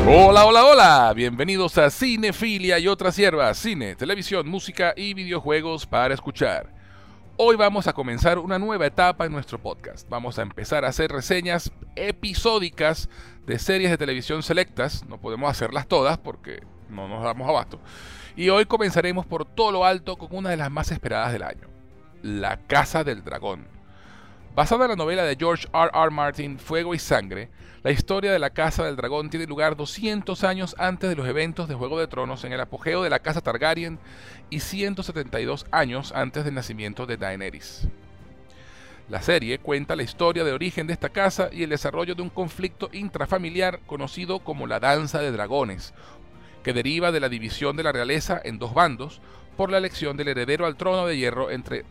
Hola, hola, hola, bienvenidos a Cinefilia y otras hierbas, cine, televisión, música y videojuegos para escuchar. Hoy vamos a comenzar una nueva etapa en nuestro podcast. Vamos a empezar a hacer reseñas episódicas de series de televisión selectas. No podemos hacerlas todas porque no nos damos abasto. Y hoy comenzaremos por todo lo alto con una de las más esperadas del año, La Casa del Dragón. Basada en la novela de George R.R. Martin, Fuego y Sangre, la historia de la Casa del Dragón tiene lugar 200 años antes de los eventos de Juego de Tronos en el apogeo de la Casa Targaryen y 172 años antes del nacimiento de Daenerys. La serie cuenta la historia de origen de esta casa y el desarrollo de un conflicto intrafamiliar conocido como la Danza de Dragones, que deriva de la división de la realeza en dos bandos, por la elección del heredero al trono de hierro entre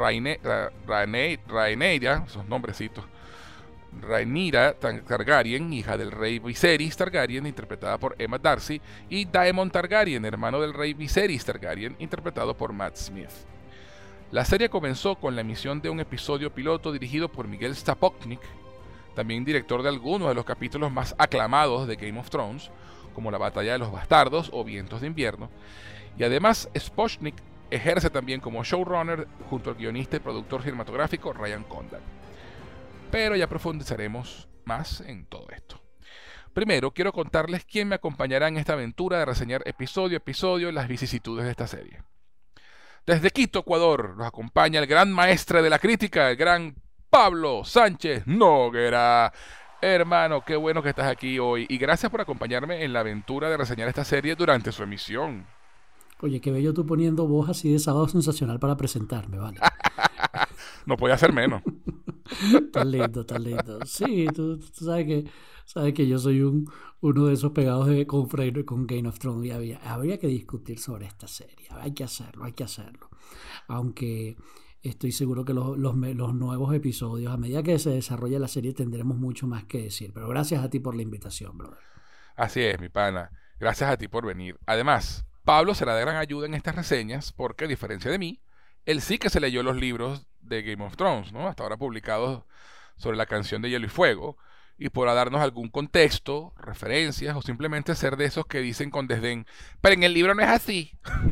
Rhaenyra, esos nombrecitos, Rhaenyra Targaryen, hija del rey Viserys Targaryen, interpretada por Emma Darcy, y Daemon Targaryen, hermano del rey Viserys Targaryen, interpretado por Matt Smith. La serie comenzó con la emisión de un episodio piloto dirigido por Miguel Sapochnik, también director de algunos de los capítulos más aclamados de Game of Thrones, como la Batalla de los Bastardos o Vientos de Invierno, y además Sapochnik ejerce también como showrunner junto al guionista y productor cinematográfico Ryan Condal. Pero ya profundizaremos más en todo esto. Primero quiero contarles quién me acompañará en esta aventura de reseñar episodio a episodio las vicisitudes de esta serie. Desde Quito, Ecuador, nos acompaña el gran maestre de la crítica, el gran Pablo Sánchez Noguera. Hermano, qué bueno que estás aquí hoy y gracias por acompañarme en la aventura de reseñar esta serie durante su emisión. Oye, qué bello tú poniendo voz así de sábado sensacional para presentarme, ¿vale? No podía ser menos. Tan lindo, tan lindo. Sí, tú sabes que yo soy uno de esos pegados con Freire y con Game of Thrones y habría que discutir sobre esta serie. Hay que hacerlo. Aunque estoy seguro que los nuevos episodios, a medida que se desarrolla la serie, tendremos mucho más que decir. Pero gracias a ti por la invitación, brother. Así es, mi pana. Gracias a ti por venir. Además, Pablo será de gran ayuda en estas reseñas porque, a diferencia de mí, él sí que se leyó los libros de Game of Thrones, ¿no? Hasta ahora publicados sobre la canción de Hielo y Fuego, y podrá darnos algún contexto, referencias, o simplemente ser de esos que dicen con desdén, pero en el libro no es así.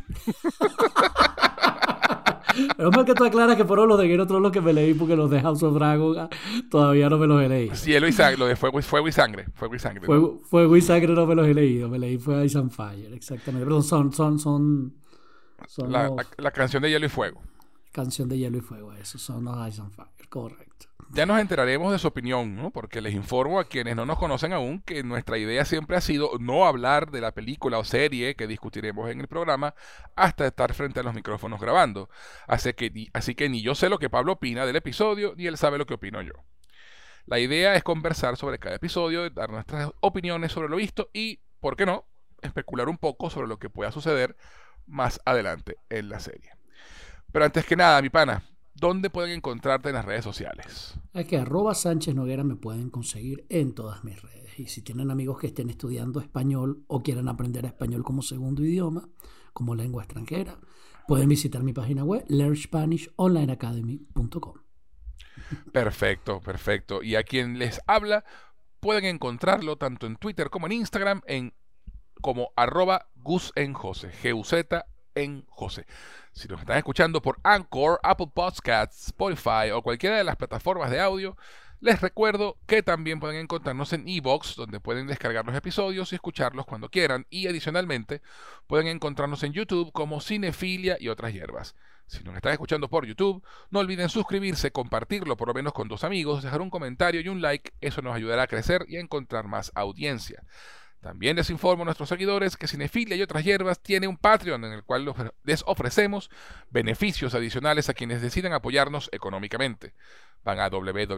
Pero mal que tú aclaras que fueron los de Game of Thrones los que me leí, porque los de House of Dragon todavía no me los he leído. Cielo y Sangre, lo de Fuego y Sangre. Fuego y Sangre no me los he leído, me leí fue Ice and Fire, exactamente. Pero son la canción de Hielo y Fuego. Canción de Hielo y Fuego, esos son los Ice and Fire, correcto. Ya nos enteraremos de su opinión, ¿no? Porque les informo a quienes no nos conocen aún que nuestra idea siempre ha sido no hablar de la película o serie que discutiremos en el programa hasta estar frente a los micrófonos grabando. Así que ni yo sé lo que Pablo opina del episodio, ni él sabe lo que opino yo. La idea es conversar sobre cada episodio, dar nuestras opiniones sobre lo visto y, ¿por qué no?, especular un poco sobre lo que pueda suceder más adelante en la serie. Pero antes que nada, mi pana, ¿dónde pueden encontrarte en las redes sociales? Es que @Sánchez Noguera me pueden conseguir en todas mis redes. Y si tienen amigos que estén estudiando español o quieren aprender español como segundo idioma, como lengua extranjera, pueden visitar mi página web, learnspanishonlineacademy.com. Perfecto. Y a quien les habla, pueden encontrarlo tanto en Twitter como en Instagram como @GuzEnJose, G-U-Z en José. Si nos están escuchando por Anchor, Apple Podcasts, Spotify o cualquiera de las plataformas de audio, les recuerdo que también pueden encontrarnos en iVoox, donde pueden descargar los episodios y escucharlos cuando quieran, y adicionalmente pueden encontrarnos en YouTube como Cinefilia y otras hierbas. Si nos están escuchando por YouTube, no olviden suscribirse, compartirlo por lo menos con 2 amigos, dejar un comentario y un like, eso nos ayudará a crecer y a encontrar más audiencia. También les informo a nuestros seguidores que Cinefilia y otras hierbas tiene un Patreon en el cual les ofrecemos beneficios adicionales a quienes decidan apoyarnos económicamente. Van a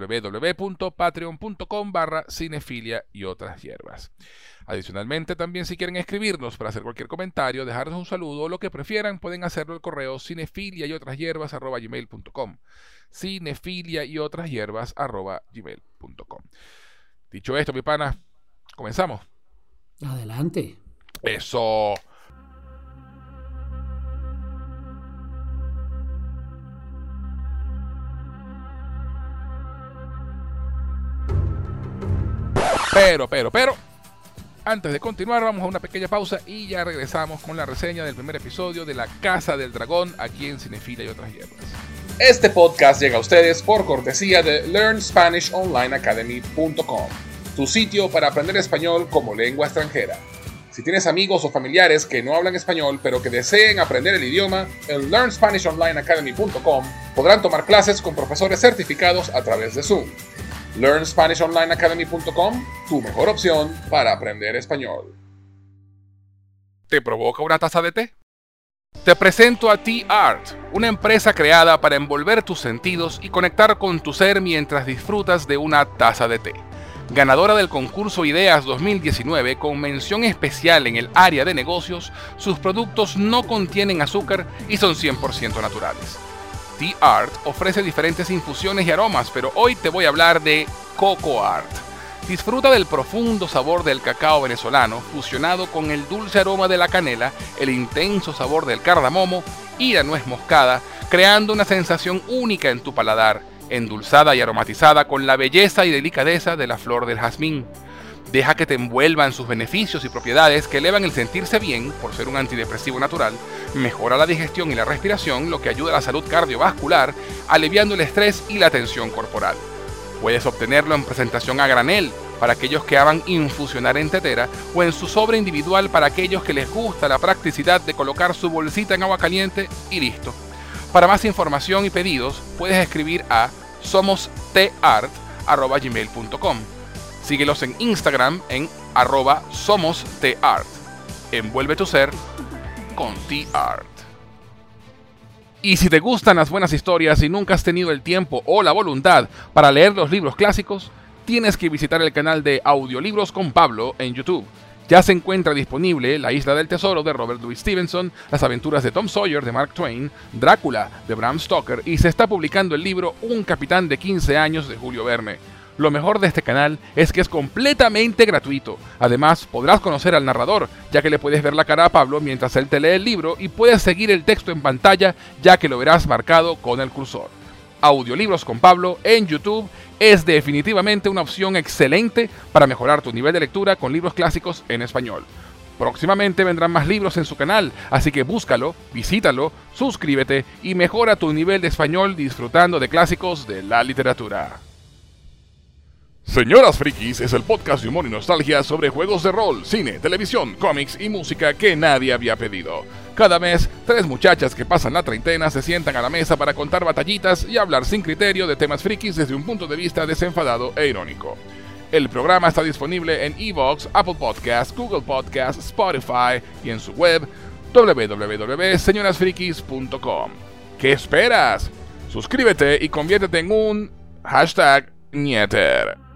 www.patreon.com/cinefilia y otras hierbas. Adicionalmente, también si quieren escribirnos para hacer cualquier comentario, dejarnos un saludo o lo que prefieran, pueden hacerlo al correo cinefilia_y_otras_hierbas@gmail.com. cinefilia_y_otras_hierbas@gmail.com. Dicho esto, mi pana, comenzamos. Adelante. Eso. Pero, Antes de continuar, vamos a una pequeña pausa y ya regresamos con la reseña del primer episodio de La Casa del Dragón aquí en Cinefila y otras hierbas. Este podcast llega a ustedes por cortesía de LearnSpanishOnlineAcademy.com, tu sitio para aprender español como lengua extranjera. Si tienes amigos o familiares que no hablan español pero que deseen aprender el idioma, en LearnSpanishOnlineAcademy.com podrán tomar clases con profesores certificados a través de Zoom. LearnSpanishOnlineAcademy.com, tu mejor opción para aprender español. ¿Te provoca una taza de té? Te presento a Tea Art, una empresa creada para envolver tus sentidos y conectar con tu ser mientras disfrutas de una taza de té. Ganadora del concurso Ideas 2019 con mención especial en el área de negocios, sus productos no contienen azúcar y son 100% naturales. Tea Art ofrece diferentes infusiones y aromas, pero hoy te voy a hablar de Coco Art. Disfruta del profundo sabor del cacao venezolano fusionado con el dulce aroma de la canela, el intenso sabor del cardamomo y la nuez moscada, creando una sensación única en tu paladar, endulzada y aromatizada con la belleza y delicadeza de la flor del jazmín. Deja que te envuelvan sus beneficios y propiedades que elevan el sentirse bien por ser un antidepresivo natural, mejora la digestión y la respiración, lo que ayuda a la salud cardiovascular, aliviando el estrés y la tensión corporal. Puedes obtenerlo en presentación a granel para aquellos que aman infusionar en tetera o en su sobre individual para aquellos que les gusta la practicidad de colocar su bolsita en agua caliente y listo. Para más información y pedidos puedes escribir a somosteart@gmail.com. Síguelos en Instagram en @somosteart. Envuelve tu ser con Tea Art. Y si te gustan las buenas historias y nunca has tenido el tiempo o la voluntad para leer los libros clásicos, tienes que visitar el canal de Audiolibros con Pablo en YouTube. Ya se encuentra disponible La Isla del Tesoro de Robert Louis Stevenson, Las aventuras de Tom Sawyer de Mark Twain, Drácula de Bram Stoker y se está publicando el libro Un capitán de 15 años de Julio Verne. Lo mejor de este canal es que es completamente gratuito. Además, podrás conocer al narrador, ya que le puedes ver la cara a Pablo mientras él te lee el libro y puedes seguir el texto en pantalla, ya que lo verás marcado con el cursor. Audiolibros con Pablo en YouTube es definitivamente una opción excelente para mejorar tu nivel de lectura con libros clásicos en español. Próximamente vendrán más libros en su canal, así que búscalo, visítalo, suscríbete y mejora tu nivel de español disfrutando de clásicos de la literatura. Señoras Frikis es el podcast de humor y nostalgia sobre juegos de rol, cine, televisión, cómics y música que nadie había pedido. Cada mes, 3 muchachas que pasan la treintena se sientan a la mesa para contar batallitas y hablar sin criterio de temas frikis desde un punto de vista desenfadado e irónico. El programa está disponible en iVoox, Apple Podcasts, Google Podcasts, Spotify y en su web www.señorasfrikis.com. ¿Qué esperas? Suscríbete y conviértete en un #Nieter.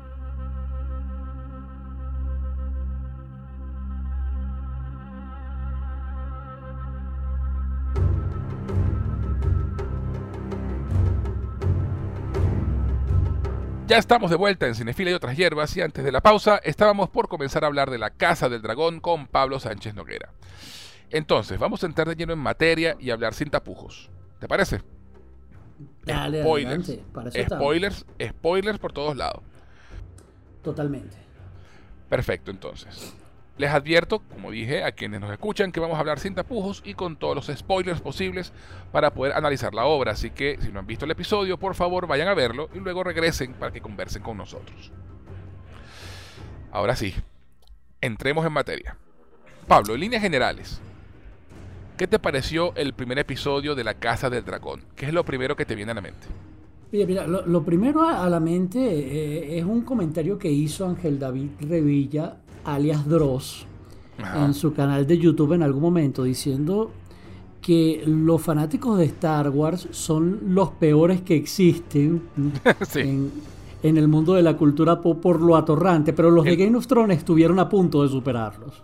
Ya estamos de vuelta en Cinefila y otras hierbas y antes de la pausa estábamos por comenzar a hablar de La Casa del Dragón con Pablo Sánchez Noguera. Entonces, vamos a entrar de lleno en materia y hablar sin tapujos. ¿Te parece? Dale, Spoilers, adelante. spoilers por todos lados. Totalmente. Perfecto, entonces. Les advierto, como dije, a quienes nos escuchan que vamos a hablar sin tapujos y con todos los spoilers posibles para poder analizar la obra. Así que si no han visto el episodio, por favor vayan a verlo y luego regresen para que conversen con nosotros. Ahora sí, entremos en materia. Pablo, en líneas generales, ¿qué te pareció el primer episodio de La Casa del Dragón? ¿Qué es lo primero que te viene a la mente? Mira, lo primero a la mente es un comentario que hizo Ángel David Revilla, alias Dross, en su canal de YouTube en algún momento, diciendo que los fanáticos de Star Wars son los peores que existen Sí. en el mundo de la cultura pop por lo atorrante, pero los de Game of Thrones estuvieron a punto de superarlos.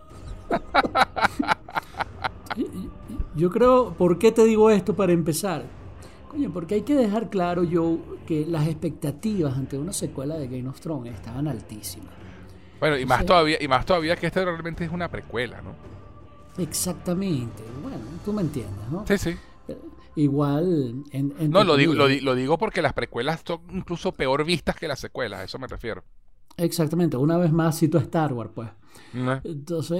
Yo creo, ¿por qué te digo esto para empezar? Coño, porque hay que dejar claro, Joe, que las expectativas ante una secuela de Game of Thrones estaban altísimas. Bueno, y más todavía que esta realmente es una precuela, ¿no? Exactamente. Bueno, tú me entiendes, ¿no? Sí, sí. Igual... No, lo digo porque las precuelas son incluso peor vistas que las secuelas, a eso me refiero. Exactamente. Una vez más cito a Star Wars, pues. No. Entonces,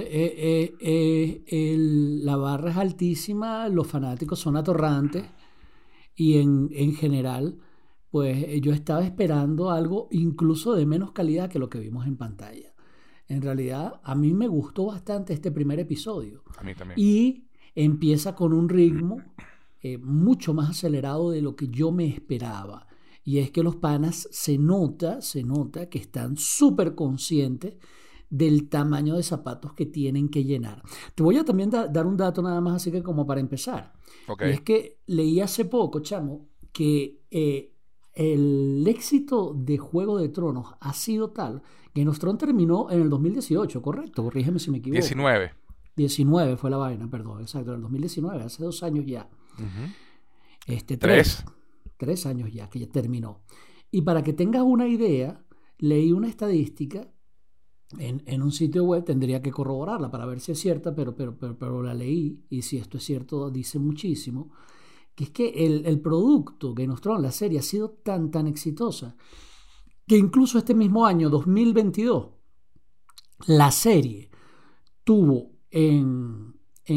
la barra es altísima, los fanáticos son atorrantes y en general, pues yo estaba esperando algo incluso de menos calidad que lo que vimos en pantalla. En realidad, a mí me gustó bastante este primer episodio. A mí también. Y empieza con un ritmo mucho más acelerado de lo que yo me esperaba. Y es que los panas se nota que están súper conscientes del tamaño de zapatos que tienen que llenar. Te voy a también dar un dato nada más así que como para empezar. Okay. Y es que leí hace poco, chamo, que el éxito de Juego de Tronos ha sido tal. Game of Thrones terminó en el 2018, ¿correcto? Corrígeme si me equivoco. 19. 19 fue la vaina, perdón, exacto, en el 2019, hace 2 años ya. Uh-huh. 3 años ya que ya terminó. Y para que tengas una idea, leí una estadística en un sitio web, tendría que corroborarla para ver si es cierta, pero la leí, y si esto es cierto, dice muchísimo, que es que el producto Game of Thrones, la serie, ha sido tan exitosa, que incluso este mismo año, 2022, la serie tuvo en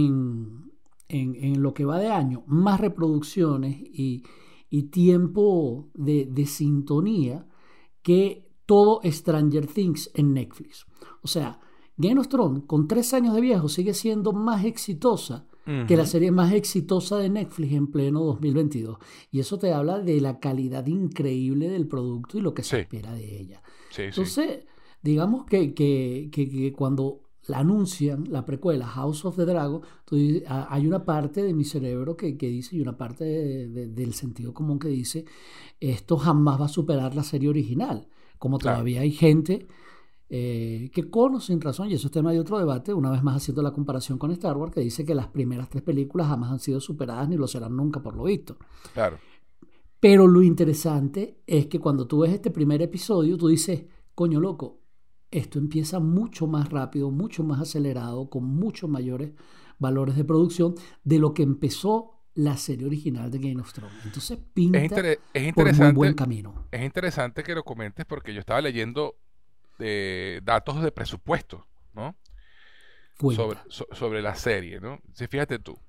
lo que va de año más reproducciones y tiempo de sintonía que todo Stranger Things en Netflix. O sea, Game of Thrones con 3 años de viejo sigue siendo más exitosa que la serie más exitosa de Netflix en pleno 2022. Y eso te habla de la calidad increíble del producto y lo que se espera de ella. Entonces, digamos que cuando la anuncian, la precuela House of the Dragon, hay una parte de mi cerebro que dice, y una parte del sentido común que dice, esto jamás va a superar la serie original. Como todavía hay gente que con o sin razón, y eso es tema de otro debate, una vez más haciendo la comparación con Star Wars, que dice que las primeras 3 películas jamás han sido superadas ni lo serán nunca por lo visto. Claro. Pero lo interesante es que cuando tú ves este primer episodio, tú dices, coño loco, esto empieza mucho más rápido, mucho más acelerado, con muchos mayores valores de producción de lo que empezó la serie original de Game of Thrones. Entonces pinta por muy buen camino. Es interesante que lo comentes porque yo estaba leyendo datos de presupuesto, ¿no? Sobre la serie, ¿no? Si fíjate tú.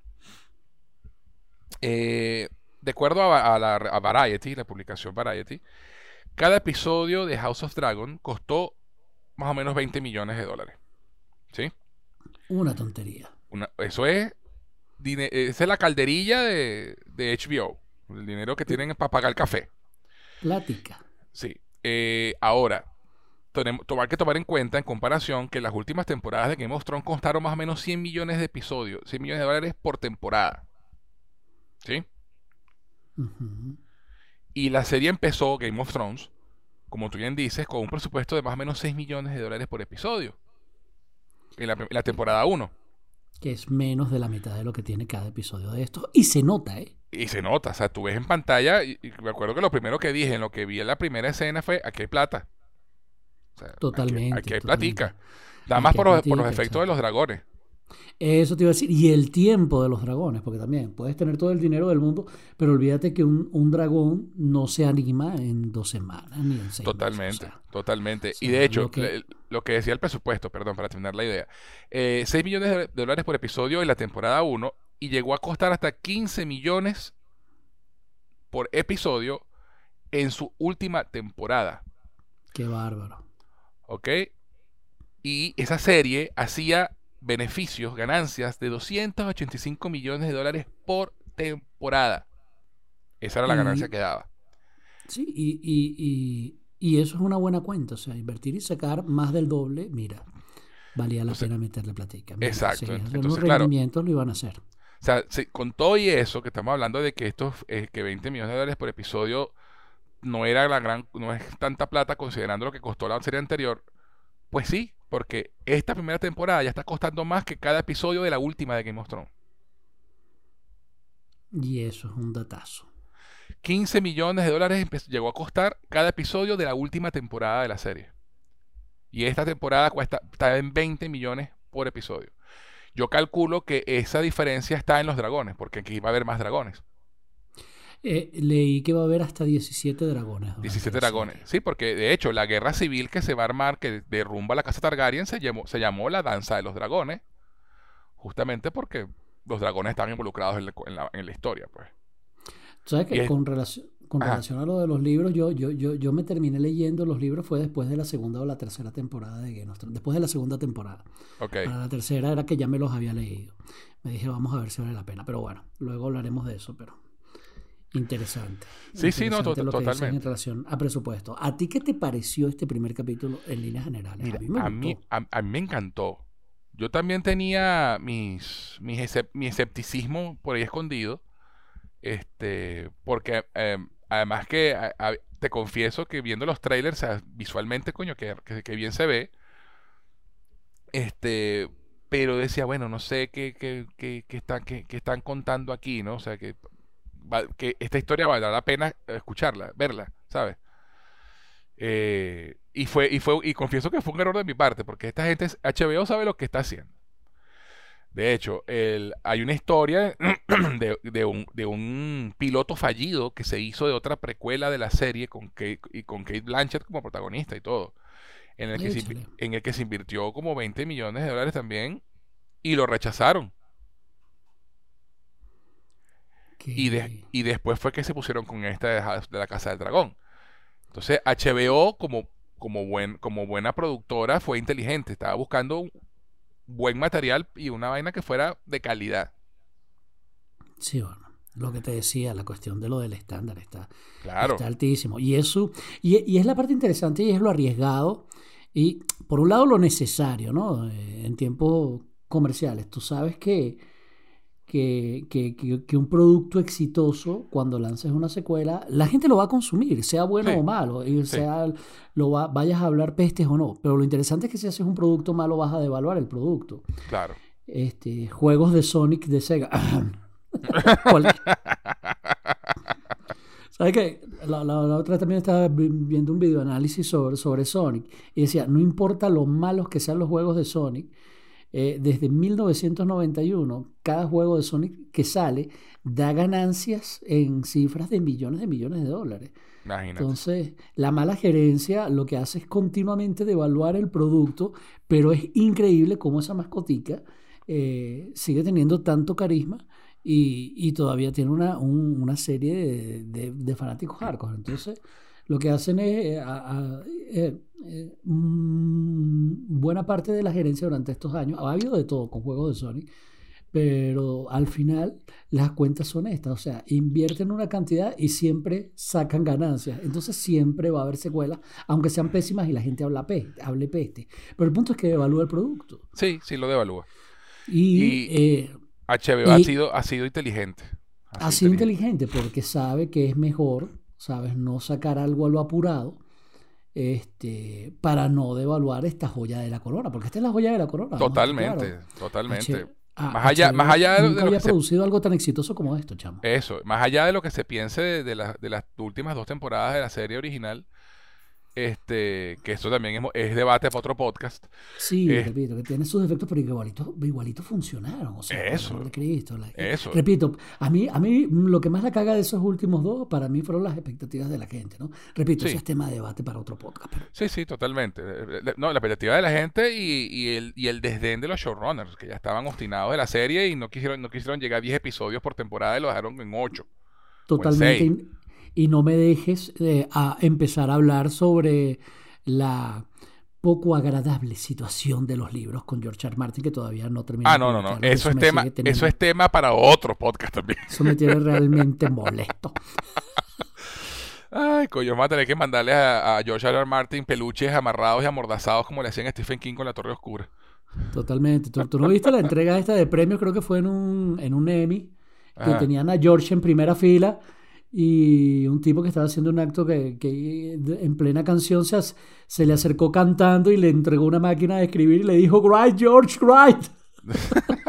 De acuerdo a Variety, la publicación Variety, cada episodio de House of Dragon costó más o menos $20 millones. ¿Sí? Una tontería. Eso es esa es la calderilla de HBO, el dinero que tienen para pagar el café. Plática. Sí. Ahora, hay que tomar en cuenta, en comparación, que las últimas temporadas de Game of Thrones costaron más o menos 100 millones de episodios, 100 millones de dólares por temporada. ¿Sí? Uh-huh. Y la serie empezó, Game of Thrones, como tú bien dices, con un presupuesto de más o menos 6 millones de dólares por episodio. En la temporada 1. Que es menos de la mitad de lo que tiene cada episodio de esto. Y se nota, ¿eh? Y se nota. O sea, tú ves en pantalla, y me acuerdo que lo primero que dije, en lo que vi en la primera escena fue, aquí hay plata. O sea, totalmente. Aquí hay platica. Nada más por los efectos de los dragones. Eso te iba a decir. Y el tiempo de los dragones, porque también puedes tener todo el dinero del mundo, pero olvídate que un dragón no se anima en 2 semanas ni en 6 Totalmente, meses. Totalmente. Y de hecho, lo que decía el presupuesto, perdón, para terminar la idea, 6 millones de dólares por episodio en la temporada 1 y llegó a costar hasta 15 millones por episodio en su última temporada. Qué bárbaro. ¿Ok? Y esa serie hacía beneficios, ganancias de 285 millones de dólares por temporada. Esa era la ganancia que daba. Sí, y eso es una buena cuenta. O sea, invertir y sacar más del doble, mira, valía la pena meterle platica. Mira, exacto. Entonces, los rendimientos lo iban a hacer. O sea, con todo y eso, que estamos hablando de que que 20 millones de dólares por episodio no era no es tanta plata considerando lo que costó la serie anterior, pues sí, porque esta primera temporada ya está costando más que cada episodio de la última de Game of Thrones. Y eso es un datazo. 15 millones de dólares llegó a costar cada episodio de la última temporada de la serie. Y esta temporada está en 20 millones por episodio. Yo calculo que esa diferencia está en los dragones, porque aquí va a haber más dragones. Leí que va a haber hasta 17 dragones. 17 dragones. Sí, porque de hecho la guerra civil que se va a armar, que derrumba la casa Targaryen, se llamó la Danza de los Dragones, justamente porque los dragones estaban involucrados en la historia, pues. ¿Sabes que Y con relación a lo de los libros, yo me terminé leyendo los libros fue después de la segunda o la tercera temporada de Game of Thrones, después de la segunda temporada. Okay. Para la tercera era que ya me los había leído. Me dije, vamos a ver si vale la pena. Pero bueno, luego hablaremos de eso, pero interesante. Sí, no, Interesante lo que dicen totalmente. en relación a presupuesto. ¿A ti qué te pareció este primer capítulo en líneas generales? Mira, A mí me gustó. a mí me encantó. Yo también tenía mi escepticismo por ahí escondido, porque además que te confieso que viendo los trailers, o sea, visualmente, coño, que bien se ve, pero decía, bueno, no sé qué están contando aquí, ¿no? O sea, que esta historia valdrá la pena escucharla, verla, ¿sabes? Y confieso que fue un error de mi parte, porque esta gente, HBO sabe lo que está haciendo. De hecho, hay una historia de un piloto fallido que se hizo de otra precuela de la serie con Kate Blanchett como protagonista y todo, Échale. en el que se invirtió como $20 millones también y lo rechazaron. Que... Y después fue que se pusieron con esta de la Casa del Dragón. Entonces, HBO como buena productora fue inteligente, estaba buscando un buen material y una vaina que fuera de calidad. Sí, bueno, lo que te decía, la cuestión de lo del estándar Claro, está altísimo. Y eso, y es la parte interesante y es lo arriesgado. Y por un lado lo necesario, ¿no? En tiempos comerciales. Tú sabes que un producto exitoso, cuando lances una secuela, la gente lo va a consumir, sea bueno sí, o malo, y sí, vayas a hablar pestes o no. Pero lo interesante es que si haces un producto malo, vas a devaluar el producto. claro. Juegos de Sonic de Sega. Cual- ¿Sabes qué? La otra también estaba viendo un videoanálisis sobre Sonic y decía, no importa lo malos que sean los juegos de Sonic, desde 1991, cada juego de Sonic que sale da ganancias en cifras de millones de dólares. Imagínate. Entonces, la mala gerencia lo que hace es continuamente devaluar el producto, pero es increíble cómo esa mascotica sigue teniendo tanto carisma y todavía tiene una serie de fanáticos hardcore. Entonces, lo que hacen es, buena parte de la gerencia durante estos años, ha habido de todo con juegos de Sonic, pero al final las cuentas son estas, o sea, invierten una cantidad y siempre sacan ganancias, entonces siempre va a haber secuelas, aunque sean pésimas y la gente hable peste, pero el punto es que evalúa el producto Sí, lo devalúa. y, Y eh, HBO y ha sido inteligente. ha sido inteligente porque sabe que es mejor, sabes, no sacar algo a lo apurado, para no devaluar esta joya de la corona, porque esta es la joya de la corona, vamos a estar claros. Totalmente. Más HBO allá nunca de lo había que se producido algo tan exitoso como esto, chamo. más allá de lo que se piense de las últimas 2 temporadas de la serie original, que esto también es debate para otro podcast. Sí, Es- repito, que tiene sus defectos, pero igualito funcionaron, o sea, por el amor eso, de Cristo. eso. Repito, a mí lo que más la caga de esos últimos dos, para mí fueron las expectativas de la gente, ¿no? Repito, ese Sí, es tema de debate para otro podcast, pero sí, totalmente. No, la expectativa de la gente y el desdén de los showrunners, que ya estaban obstinados de la serie y no quisieron llegar a 10 episodios por temporada y lo dejaron en 8 o en totalmente. 6. Y no me dejes a empezar a hablar sobre la poco agradable situación de los libros con George R. R. Martin, que todavía no termina Ah, de no. publicarlos. Eso es Me tema, sigue eso es teniendo, tema para otro podcast también. eso me tiene realmente molesto. Ay, coño, vamos a tener que mandarle a George R. R. Martin peluches amarrados y amordazados como le hacían a Stephen King con La Torre Oscura. Totalmente. ¿Tú no viste la entrega esta de premios? Creo que fue en un Emmy, que Ajá. tenían a George en primera fila y un tipo que estaba haciendo un acto que en plena canción se le acercó cantando y le entregó una máquina de escribir y le dijo, "Great, George, great".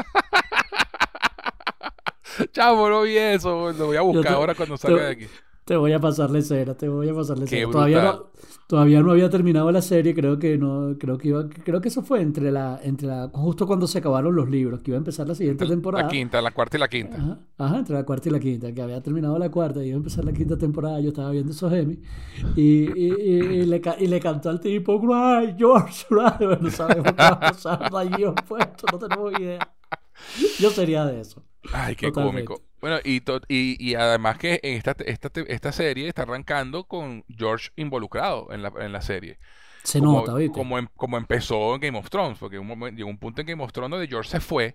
Chavo, no vi eso. Lo voy a Yo buscar ahora cuando salga de aquí. Te voy a pasar la escena, te voy a pasar la Qué escena. brutal. Todavía no había terminado la serie, creo que no, creo que eso fue justo cuando se acabaron los libros, que iba a empezar la siguiente La temporada. quinta, la cuarta y la quinta. Ajá, entre la cuarta y la quinta, que había terminado la cuarta y iba a empezar la quinta temporada, yo estaba viendo esos Emmy y le cantó al tipo, "Cry, George, cry". No sabemos qué va a pasar de allí puesto, no tenemos idea. Yo sería de eso. Ay, qué Totalmente. cómico. Bueno, y además que en esta serie está arrancando con George involucrado en la serie. Se nota, ¿viste? Como empezó en Game of Thrones, porque llegó un punto en Game of Thrones donde George se fue,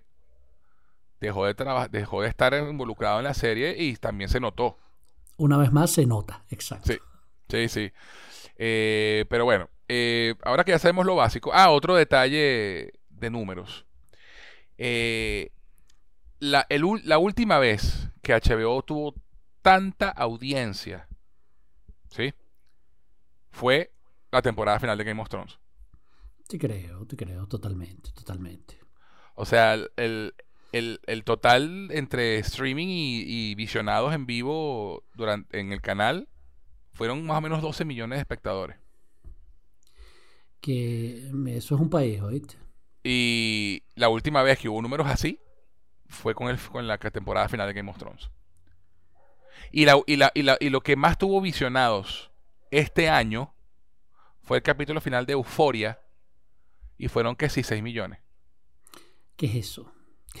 dejó de estar involucrado en la serie y también se notó. Una vez más se nota, exacto. Sí, sí, sí. Pero bueno, ahora que ya sabemos lo básico. Ah, otro detalle de números. Eh, la última vez que HBO tuvo tanta audiencia, ¿sí? Fue la temporada final de Game of Thrones. Te creo, totalmente, totalmente. O sea, el total entre streaming y visionados en vivo en el canal fueron más o menos 12 millones de espectadores. Que eso es un país, ¿oíste? Y la última vez que hubo números así fue con la temporada final de Game of Thrones. Y lo que más tuvo visionados este año fue el capítulo final de Euphoria y fueron que sí 6 millones. ¿Qué es eso?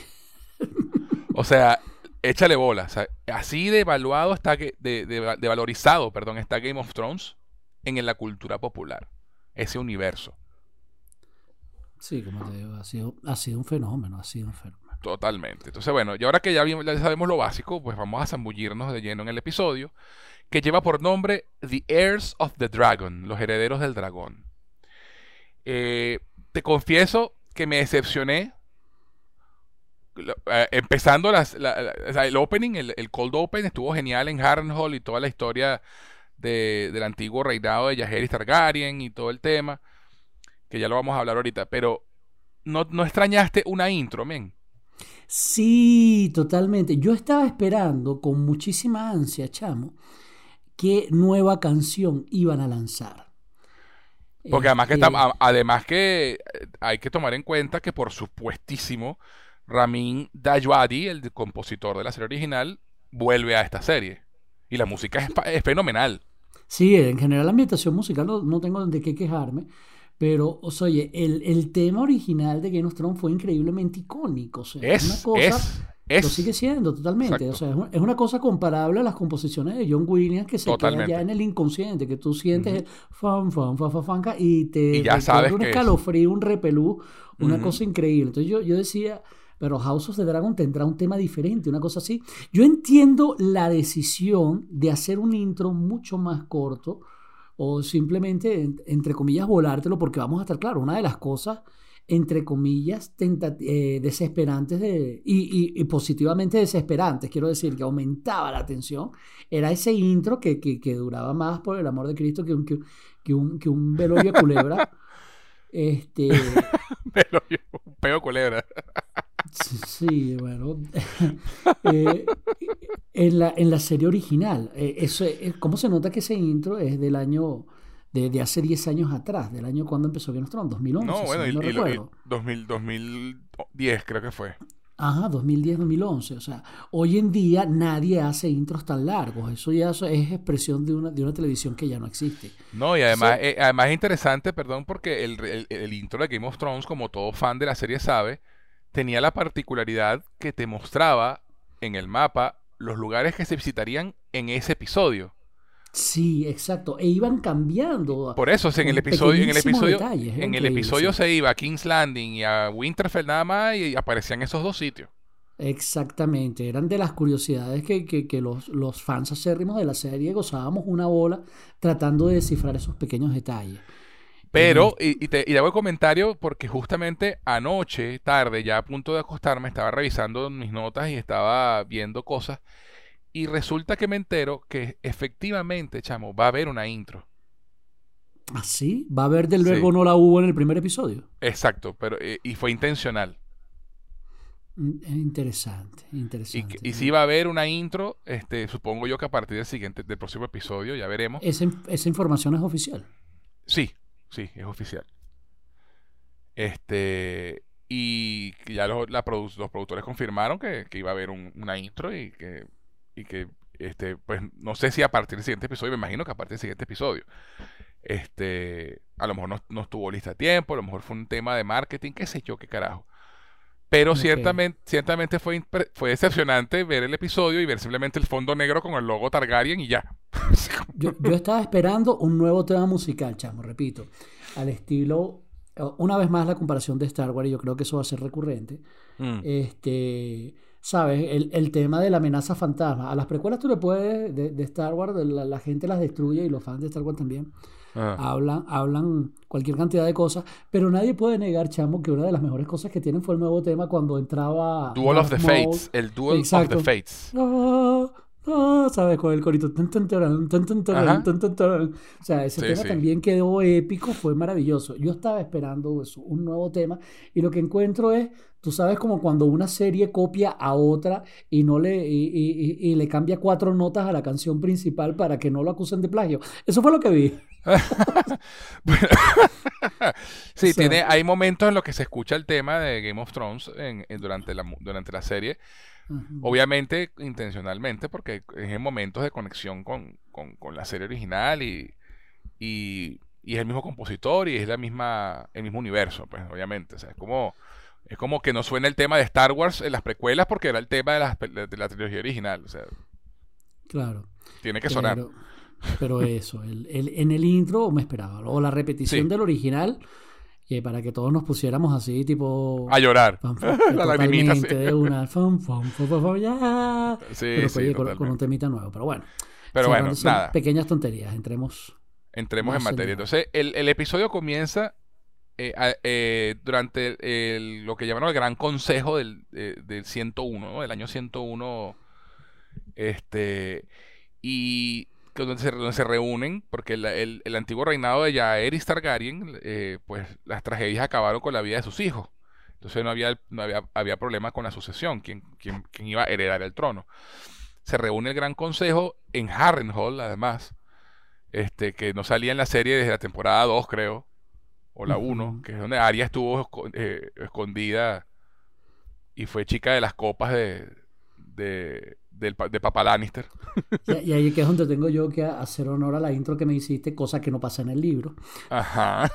O sea, échale bola. O sea, así de evaluado está de valorizado, perdón, está Game of Thrones en la cultura popular. Ese universo. Sí, como te digo, ha sido un fenómeno, ha sido un fenómeno. Totalmente. Entonces, bueno, y ahora que ya sabemos lo básico, pues vamos a zambullirnos de lleno en el episodio, que lleva por nombre The Heirs of the Dragon, los herederos del dragón. Te confieso que me decepcioné. Empezando o sea, el opening, el cold open estuvo genial en Harrenhal y toda la historia del antiguo reinado de Jaehaerys Targaryen y todo el tema, que ya lo vamos a hablar ahorita, pero no extrañaste una intro, men. Sí, totalmente. Yo estaba esperando con muchísima ansia, chamo, qué nueva canción iban a lanzar. Porque Este, además que hay que tomar en cuenta que por supuestísimo Ramin Djawadi, el compositor de la serie original, vuelve a esta serie. Y la música es fenomenal. sí, en general la ambientación musical no tengo de qué quejarme, pero, o sea, oye, el tema original de Game of Thrones fue increíblemente icónico, o sea, es una cosa, lo sigue siendo totalmente, o Exacto, sea, es una cosa comparable a las composiciones de John Williams que se queda ya totalmente. en el inconsciente, que tú sientes Ujú. el fan, fan, fan, fan, fanca, y Y te ya corre sabes un qué es. escalofrío, un repelús, una Ujú. cosa increíble. Entonces yo decía, pero House of the Dragon tendrá un tema diferente, una cosa así. Yo entiendo la decisión de hacer un intro mucho más corto o simplemente, entre comillas, volártelo, porque vamos a estar claro, una de las cosas, entre comillas, desesperantes y positivamente desesperantes, quiero decir, que aumentaba la tensión, era ese intro que duraba más, por el amor de Cristo, que un velorio de culebra. Este, Pero un peo culebra. sí, bueno. eh, en la serie original, ¿cómo se nota que ese intro es del año, de hace 10 años atrás, del año cuando empezó Game of Thrones, No, 2011, si bueno, mal no y recuerdo? 2010 creo que fue. Ajá, 2010, 2011. O sea, hoy en día nadie hace intros tan largos. Eso ya es expresión de una televisión que ya no existe. No, y Entonces, además es interesante, perdón, porque el intro de Game of Thrones, como todo fan de la serie sabe, tenía la particularidad que te mostraba en el mapa los lugares que se visitarían en ese episodio. sí, exacto. E iban cambiando Por eso, o sea, con pequeñísimos detalles. Era en el increíble, episodio sí. se iba a King's Landing y a Winterfell nada más y aparecían esos dos sitios. Exactamente, eran de las curiosidades que los fans acérrimos de la serie gozábamos una bola tratando de descifrar esos pequeños detalles. Pero, Y y hago el comentario porque justamente anoche, tarde, ya a punto de acostarme, estaba revisando mis notas y estaba viendo cosas. Y resulta que me entero que efectivamente, chamo, va a haber una intro. así, va a haber del Sí, verbo no la hubo en el primer episodio. exacto, pero y fue intencional. Interesante, interesante. Y si va a haber una intro, supongo yo que a partir del próximo episodio, ya veremos. Esa información es oficial. Sí, sí, es oficial. Y ya los productores confirmaron que iba a haber una intro y que pues no sé si a partir del siguiente episodio, me imagino que a partir del siguiente episodio. A lo mejor no estuvo lista a tiempo, a lo mejor fue un tema de marketing, qué sé yo, qué carajo. Pero Ok. ciertamente fue decepcionante ver el episodio y ver simplemente el fondo negro con el logo Targaryen y ya. Yo estaba esperando un nuevo tema musical, chamo, repito, al estilo, una vez más la comparación de Star Wars, y yo creo que eso va a ser recurrente. Mm, ¿Sabes? El tema de la amenaza fantasma. A las precuelas tú le puedes, de Star Wars, la gente las destruye y los fans de Star Wars también. ah. Hablan cualquier cantidad de cosas, pero nadie puede negar, chamo, que una de las mejores cosas que tienen fue el nuevo tema cuando entraba Duel of Darth the Maul. Fates, el Duel of the Exacto. Fates. ¿Sabes? Con el corito. Tun, tun, tarán, tun, tun, tarán, Ajá. tun, tun, tarán. O sea, ese Sí, tema sí. también quedó épico, fue maravilloso. Yo estaba esperando eso, un nuevo tema, y lo que encuentro es, tú sabes, como cuando una serie copia a otra y no y le cambia 4 notas a la canción principal para que no lo acusen de plagio. Eso fue lo que vi. Bueno, O sí, sea, hay momentos en los que se escucha el tema de Game of Thrones durante la serie, ujú, obviamente intencionalmente, porque es en momentos de conexión con la serie original y es el mismo compositor y es el mismo universo, pues obviamente. O sea, es como que no suena el tema de Star Wars en las precuelas porque era el tema de la trilogía original. O sea, claro, tiene que sonar. pero, pero eso, en el intro me esperaba, o la repetición Sí, del original, para que todos nos pusiéramos así, tipo, a llorar. La lagrimita, sí. totalmente de una, ya. Sí, Pero que, sí, oye, con un totalmente. temita nuevo. Pero bueno, Pero bueno, cerrando, son nada, pequeñas tonterías, entremos entremos en más en materia. debate. Entonces, el episodio comienza durante lo que llamaron el Gran Consejo del 101, ¿no? Del año 101, y donde se reúnen, porque el antiguo reinado de Jaehaerys Targaryen, pues las tragedias acabaron con la vida de sus hijos. Entonces no había problema con la sucesión, quién iba a heredar el trono. Se reúne el Gran Consejo en Harrenhal, además, que no salía en la serie desde la temporada 2, creo, o la uno, Ujú. que es donde Arya estuvo escondida y fue chica de las copas de Papa Lannister. Y ahí que es donde tengo yo que hacer honor a la intro que me hiciste, cosa que no pasa en el libro. Ajá.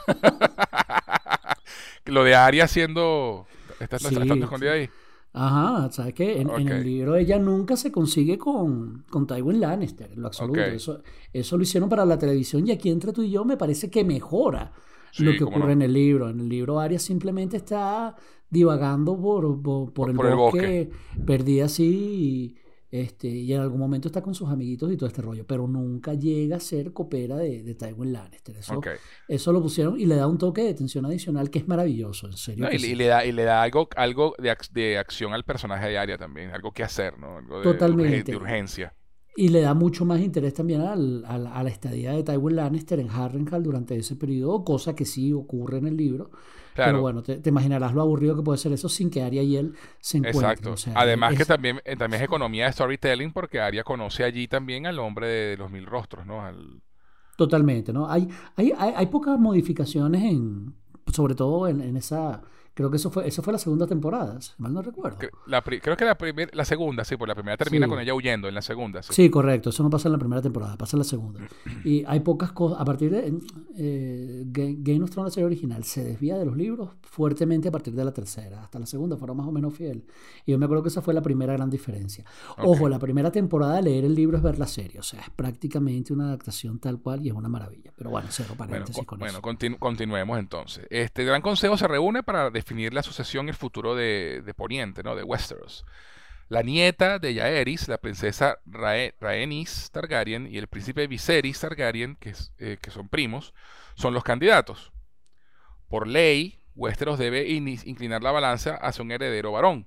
Lo de Arya siendo... Estando Sí, escondida ahí. ajá, ¿sabes qué? En Ok, el libro ella nunca se consigue con Tywin Lannister, en lo ok. absoluto. Eso lo hicieron para la televisión, y aquí entre tú y yo me parece que mejora lo Sí, que cómo ocurre no. en el libro. En el libro Arya simplemente está divagando por el Por el bosque. bosque, perdida así, y en algún momento está con sus amiguitos y todo este rollo, pero nunca llega a ser copera de Tywin Lannister. Eso, Ok. eso lo pusieron y le da un toque de tensión adicional que es maravilloso, en serio No, que y sí. le da algo de acción al personaje de Arya también. Algo que hacer, ¿no? Algo de Totalmente. urgencia. Y le da mucho más interés también a la estadía de Tywin Lannister en Harrenhal durante ese periodo, cosa que sí ocurre en el libro. Pero Claro, bueno, te imaginarás lo aburrido que puede ser eso sin que Arya y él se encuentren. O exacto. sea, Además que también es economía de storytelling porque Arya conoce allí también al hombre de los mil rostros, ¿no? totalmente, ¿no? Hay pocas modificaciones sobre todo en esa, creo que eso fue la segunda temporada, si mal no recuerdo. Creo que la segunda, sí, porque la primera termina con Sí. ella huyendo, en la segunda, sí. Sí, correcto. Eso no pasa en la primera temporada, pasa en la segunda. Y hay pocas cosas. A partir de Game of Thrones, la serie original, se desvía de los libros fuertemente a partir de la tercera. Hasta la segunda fueron más o menos fiel. Y yo me acuerdo que esa fue la primera gran diferencia. Ok. Ojo, la primera temporada de leer el libro es ver la serie. O sea, es prácticamente una adaptación tal cual y es una maravilla. Pero bueno, cierro Bueno, paréntesis con eso. continuemos entonces. Este Gran Consejo se reúne para definir la sucesión y el futuro de Poniente, ¿no? De Westeros. La nieta de Jaehaerys, la princesa Rhaenys Targaryen y el príncipe Viserys Targaryen, que son primos, son los candidatos. Por ley, Westeros debe inclinar la balanza hacia un heredero varón,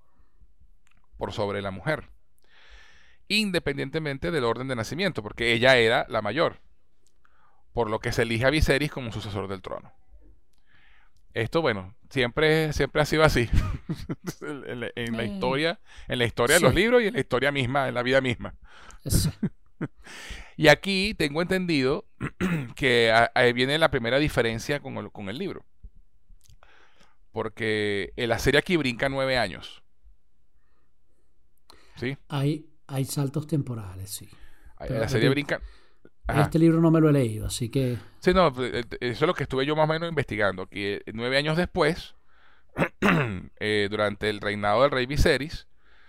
por sobre la mujer, independientemente del orden de nacimiento, porque ella era la mayor, por lo que se elige a Viserys como sucesor del trono. Esto, bueno, siempre ha sido así. En la Eh, historia, de sí, los libros y en la historia misma, en la vida misma. sí. Y aquí tengo entendido que ahí viene la primera diferencia con el libro. Porque la serie aquí brinca 9 años. ¿Sí? Hay saltos temporales, sí. Pero La serie repito, brinca. Ajá. este libro no me lo he leído, así que... Sí, no, eso es lo que estuve yo más o menos investigando. Que 9 años después, durante el reinado del rey Viserys,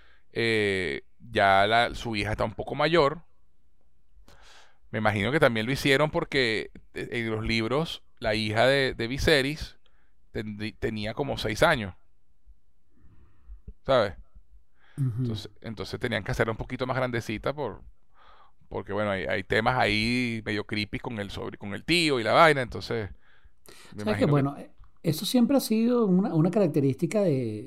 ya su hija está un poco mayor. Me imagino que también lo hicieron porque en los libros la hija de Viserys tenía como 6 años, ¿sabes? Ujú. Entonces tenían que hacerla un poquito más grandecita porque bueno, hay temas ahí medio creepy con el tío y la vaina, entonces me ¿Sabes qué? imagino que Bueno, eso siempre ha sido una característica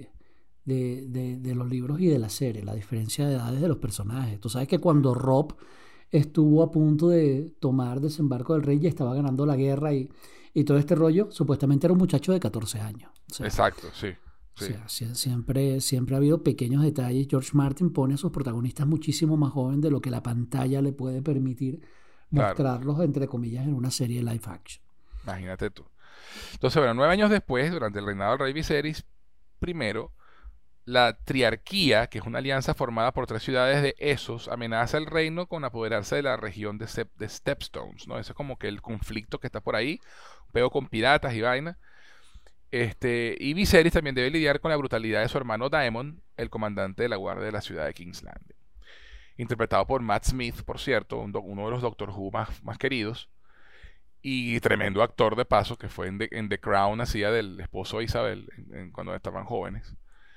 de los libros y de la serie, la diferencia de edades de los personajes. Tú sabes que cuando Robb estuvo a punto de tomar desembarco del rey, ya estaba ganando la guerra y todo este rollo, supuestamente era un muchacho de 14 años. exacto, sí, O sí, sea, siempre ha habido pequeños detalles. George Martin pone a sus protagonistas muchísimo más jóvenes de lo que la pantalla le puede permitir claro, mostrarlos, entre comillas, en una serie live action. imagínate tú. Entonces, bueno, 9 años después, durante el reinado del rey Viserys primero, la triarquía, que es una alianza formada por 3 ciudades de Essos, amenaza el reino con apoderarse de la región de Stepstones, ¿no? Ese es como que el conflicto que está por ahí, pego con piratas y vaina. Y Viserys también debe lidiar con la brutalidad de su hermano Daemon, el comandante de la guardia de la ciudad de King's Landing. Interpretado por Matt Smith, por cierto, uno de los Doctor Who más queridos, y tremendo actor de paso, que fue en The Crown, hacía del esposo de Isabel cuando estaban jóvenes.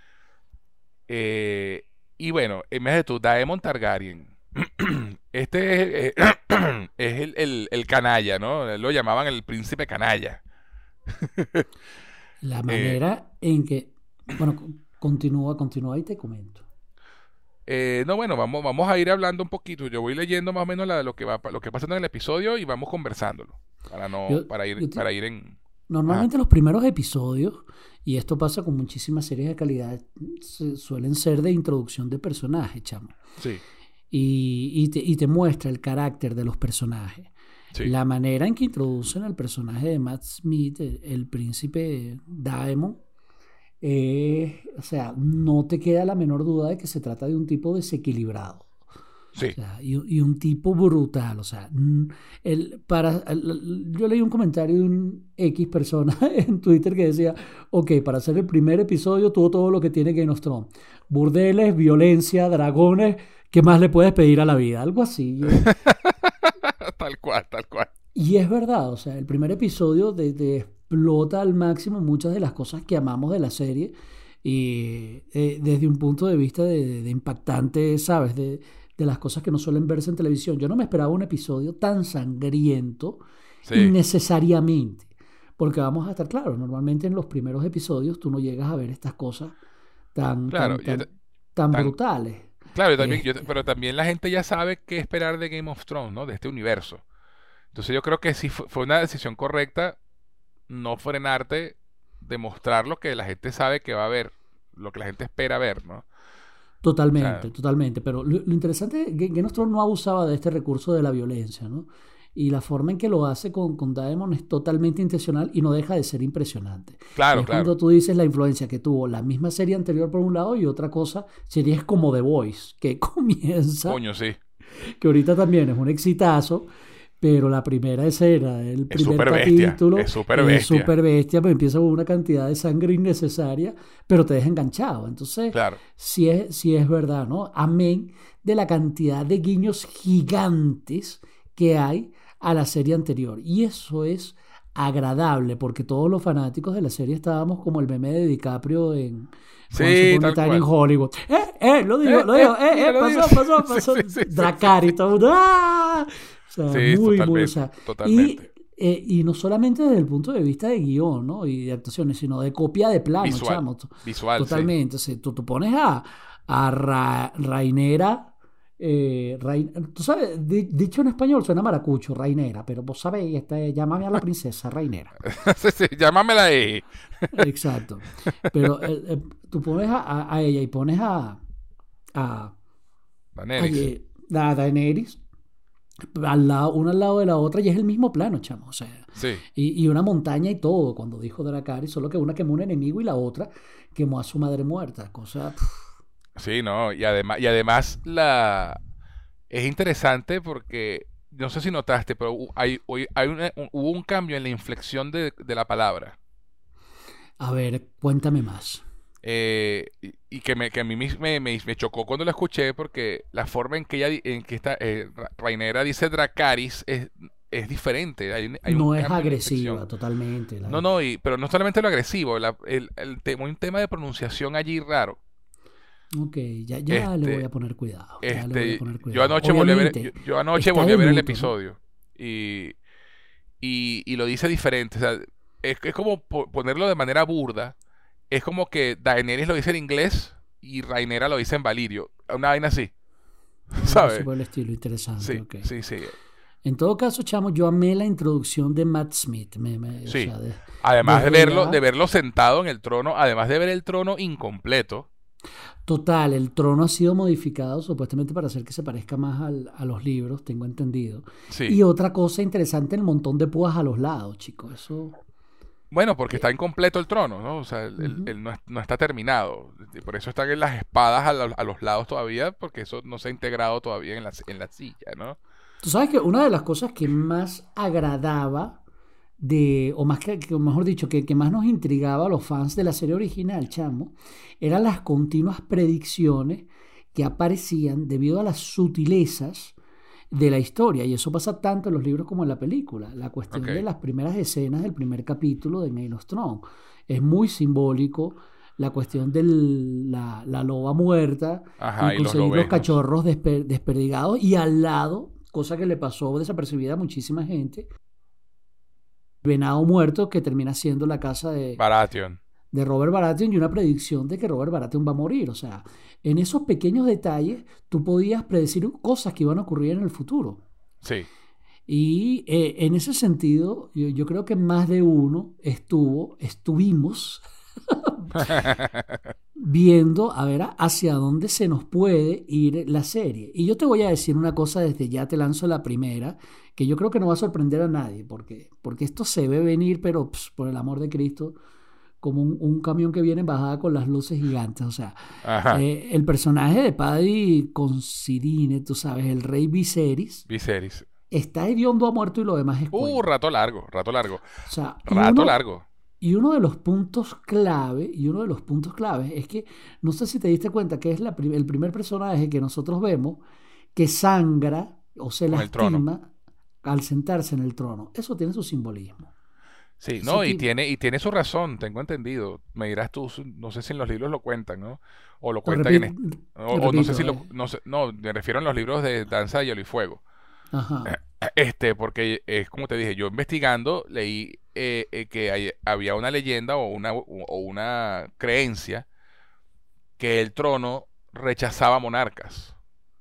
Y bueno, en vez de tú, Daemon Targaryen. Este es el canalla, ¿no? Lo llamaban el príncipe canalla. La Eh, manera en que, bueno, continúa y te comento. no, bueno, vamos a ir hablando un poquito. Yo voy leyendo más o menos lo que pasa en el episodio y vamos conversándolo. Para no, Yo, para ir, yo te- para ir en. Ajá, Normalmente los primeros episodios, y esto pasa con muchísimas series de calidad, suelen ser de introducción de personajes, chamo. sí, Y te muestra el carácter de los personajes. sí, La manera en que introducen al personaje de Matt Smith, el príncipe Daemon, o sea, no te queda la menor duda de que se trata de un tipo desequilibrado. O sí. sea, y un tipo brutal. O sea, yo leí un comentario de un X persona en Twitter que decía, ok, para hacer el primer episodio tuvo todo lo que tiene Game of Thrones. Burdeles, violencia, dragones, ¿qué más le puedes pedir a la vida? Algo así. Tal cual, tal cual. Y es verdad, o sea, el primer episodio te explota al máximo muchas de las cosas que amamos de la serie y desde un punto de vista de impactante, ¿sabes? De las cosas que no suelen verse en televisión. Yo no me esperaba un episodio tan sangriento Sí, innecesariamente, porque vamos a estar claros, normalmente en los primeros episodios tú no llegas a ver estas cosas tan, claro. tan, tan, tan Tan, brutales. claro, Este, pero también la gente ya sabe qué esperar de Game of Thrones, ¿no? De este universo. Entonces yo creo que sí fue una decisión correcta no frenarte de mostrar lo que la gente sabe que va a ver, lo que la gente espera ver, ¿no? O sea, Totalmente, totalmente. Pero lo interesante es que Game of Thrones no abusaba de este recurso de la violencia, ¿no? Y la forma en que lo hace con Daemon es totalmente intencional y no deja de ser impresionante. Y claro, es claro. cuando tú dices la influencia que tuvo la misma serie anterior por un lado y otra cosa, series como The Voice, que comienza, Coño, sí. que ahorita también es un exitazo, pero la primera escena, el Es primer súper bestia. capítulo Es súper es bestia. súper bestia, pues empieza con una cantidad de sangre innecesaria, pero te deja enganchado. Entonces, Claro. sí es verdad, ¿no? Amén de la cantidad de guiños gigantes que hay a la serie anterior. Y eso es agradable, porque todos los fanáticos de la serie estábamos como el meme de DiCaprio en Once Sí, Upon a tal Time in cual. Hollywood. Lo digo, Mira, lo digo. Sí, pasó. sí, sí, sí, sí, Dracarys, sí. y todo el mundo, ¡ah! O sea, Sí, o sea, totalmente, totalmente. y no solamente desde el punto de vista de guión, ¿no? Y de actuaciones, sino de copia de plano, Visual. chamo. Visual, sí. Totalmente. O sea, tú pones a Rainera, Tú sabes, dicho en español suena maracucho, Rainera, pero vos sabéis, llámame a la princesa Rainera. Sí, sí, llámamela ahí. Exacto. Pero tú pones a ella y pones a, Daenerys. a Daenerys al lado, una al lado de la otra y es el mismo plano, chamo. O sea, Sí. y una montaña y todo, cuando dijo Dracarys, solo que una quemó un enemigo y la otra quemó a su madre muerta. Cosa. Sí, no, y además es interesante porque no sé si notaste, pero hubo un cambio en la inflexión de la palabra. A ver, cuéntame más. Y que a mí me chocó cuando la escuché porque la forma en que Rhaenyra dice Dracarys es diferente. Hay un No es cambio en la agresiva inflexión. totalmente. No, pero no solamente lo agresivo, un tema de pronunciación allí raro. Ok, ya le voy a poner cuidado. Ya le voy a poner cuidado. Yo anoche está volví de a ver el luto, ¿no? episodio y lo dice diferente. O sea, es como ponerlo de manera burda. Es como que Daenerys lo dice en inglés y Rhaenyra lo dice en valirio. Una vaina así, Algo así ¿sabes? por el estilo, interesante. Sí, Ok. sí, sí. En todo caso, chamo, yo amé la introducción de Matt Smith. O Sí. sea, Además desde ya, de verlo sentado en el trono, además de ver el trono incompleto. total, el trono ha sido modificado supuestamente para hacer que se parezca más a los libros, tengo entendido. Sí. Y otra cosa interesante, el montón de púas a los lados, chicos. Eso. Bueno, porque está incompleto el trono, ¿no? O sea, Ujú. él no está terminado. Y por eso están en las espadas a los lados todavía, porque eso no se ha integrado todavía en la silla, ¿no? Tú sabes que una de las cosas que más agradaba o más que mejor dicho, que más nos intrigaba a los fans de la serie original, chamo, eran las continuas predicciones que aparecían debido a las sutilezas de la historia. Y eso pasa tanto en los libros como en la película. La cuestión Ok. de las primeras escenas del primer capítulo de Game of Thrones es muy simbólico. La cuestión de la loba muerta y Ajá, y los conseguir los lobejos. cachorros desperdigados y al lado, cosa que le pasó desapercibida a muchísima gente, venado muerto que termina siendo la casa Baratheon. de Robert Baratheon y una predicción de que Robert Baratheon va a morir. O sea, en esos pequeños detalles tú podías predecir cosas que iban a ocurrir en el futuro. Sí. Y en ese sentido, yo creo que más de uno estuvimos viendo a ver hacia dónde se nos puede ir la serie. Y yo te voy a decir una cosa desde ya, te lanzo la primera, que yo creo que no va a sorprender a nadie, porque esto se ve venir, pero por el amor de Cristo, como un camión que viene en bajada con las luces gigantes. O sea, Ajá. el personaje de Paddy Considine, tú sabes, el rey Viserys, Viserys. está hediondo a muerto y lo demás es cuento. Rato largo, rato largo. O sea, Rato largo. y uno de los puntos clave, es que, no sé si te diste cuenta que es el primer personaje que nosotros vemos que sangra o se Con el trono. lastima al sentarse en el trono. Eso tiene su simbolismo. Sí, Ese no, y tipo- tiene su razón, tengo entendido. Me dirás tú, no sé si en los libros lo cuentan, ¿no? O lo Te cuentan repito, o no sé si repito, no sé, no, me refiero en los libros de Danza de Hielo y Fuego. ajá. Porque es como te dije, yo investigando leí que había una leyenda o una creencia que el trono rechazaba monarcas.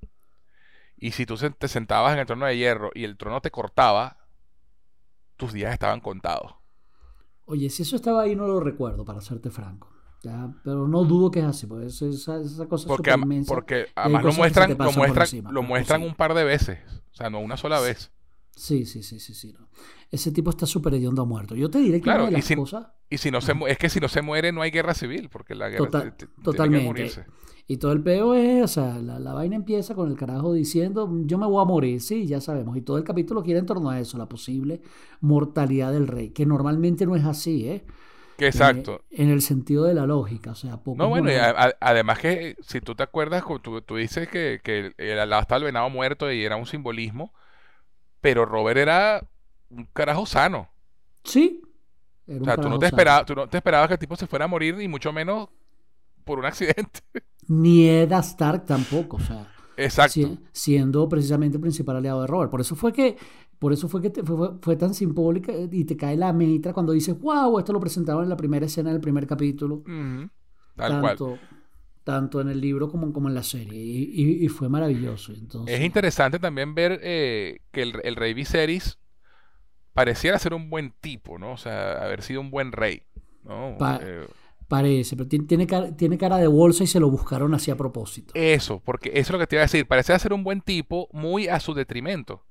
Y si tú te sentabas en el trono de hierro y el trono te cortaba, tus días estaban contados. Oye, si eso estaba ahí no lo recuerdo, para serte franco. Ya, pero no dudo que es así, pues esa cosa es Porque, súper inmensa porque y hay además cosas que se te pasan por encima, lo pues, muestran sí. un par de veces. O sea, no una sola vez. Sí, no. Ese tipo está súper hediondo a muerto. Yo te diré que una Claro, de las cosas... y si no Ajá. es que si no se muere no hay guerra civil, porque la guerra tiene que Totalmente. morirse. Y todo el peo es, o sea, la vaina empieza con el carajo diciendo, yo me voy a morir, sí, ya sabemos. Y todo el capítulo gira en torno a eso, la posible mortalidad del rey, que normalmente no es así, ¿eh? Que exacto. En el sentido de la lógica, o sea, poco No, bueno, y mono. además que si tú te acuerdas, tú dices que el lado está el venado muerto y era un simbolismo, pero Robert era un carajo sano. Sí, era O un sea, carajo sano. tú no te esperabas que el tipo se fuera a morir, ni mucho menos por un accidente. Ni Ed Stark tampoco, o sea, Exacto. siendo precisamente el principal aliado de Robert. Por eso fue que fue tan simbólica y te cae la mitra cuando dices, wow, esto lo presentaron en la primera escena del primer capítulo. Ujú. Tal cual. Tanto, tanto en el libro como en la serie, y fue maravilloso. Es Entonces, interesante también ver que el rey Viserys pareciera ser un buen tipo, ¿no? O sea, haber sido un buen rey, ¿no? pa- parece, pero tiene cara de bolsa y se lo buscaron así a propósito. Eso, porque eso es lo que te iba a decir. Parecía ser un buen tipo muy a su detrimento.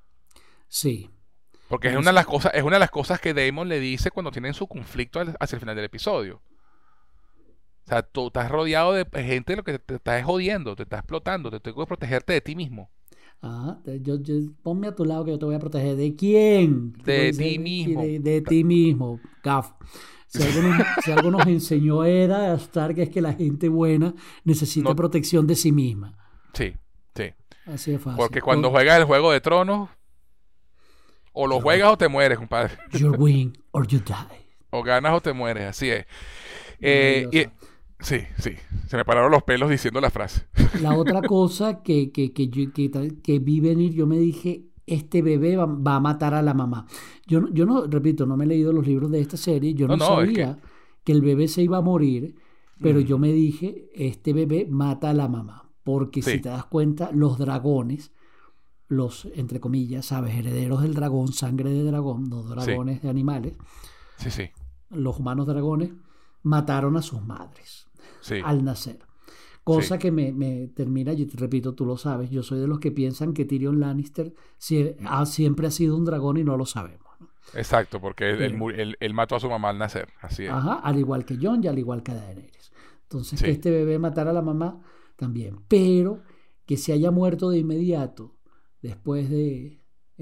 Sí. Porque es No, una de las cosas, es una de las cosas que Daemon le dice cuando tienen su conflicto hacia el final del episodio. O sea, tú estás rodeado de gente lo que te está jodiendo, te está explotando, te tengo que protegerte de ti mismo. Ponme a tu lado que yo te voy a proteger. ¿De quién? Tipo, De dice, ti mismo. de ti mismo, gaf. Si algo nos enseñó era Stark es que la gente buena necesita No, protección de sí misma. sí, sí. Así de fácil. Porque cuando juegas el Juego de Tronos, o lo You're, juegas o te mueres, compadre. you're win or you die. O ganas o te mueres, así es. Maravilloso. Sí, sí. Se me pararon los pelos diciendo la frase. La otra cosa que vi venir, yo me dije, este bebé va a matar a la mamá. Yo no, repito, no me he leído los libros de esta serie, yo No, no no, es que... sabía que el bebé se iba a morir, pero yo Ujú. me dije, este bebé mata a la mamá. Porque si Sí, te das cuenta, los dragones, los, entre comillas, ¿sabes? Herederos del dragón, sangre de dragón, los sí, dragones de animales, sí, sí, los humanos dragones, mataron a sus madres sí, al nacer. sí. Cosa que me termina, yo te repito, tú lo sabes, yo soy de los que piensan que Tyrion Lannister siempre ha sido un dragón y no lo sabemos, ¿no? Exacto, porque Pero, él mató a su mamá al nacer, así es. ajá, al igual que Jon y al igual que Daenerys. Entonces, que Sí. este bebé matara a la mamá, también. Pero que se haya muerto de inmediato, después de,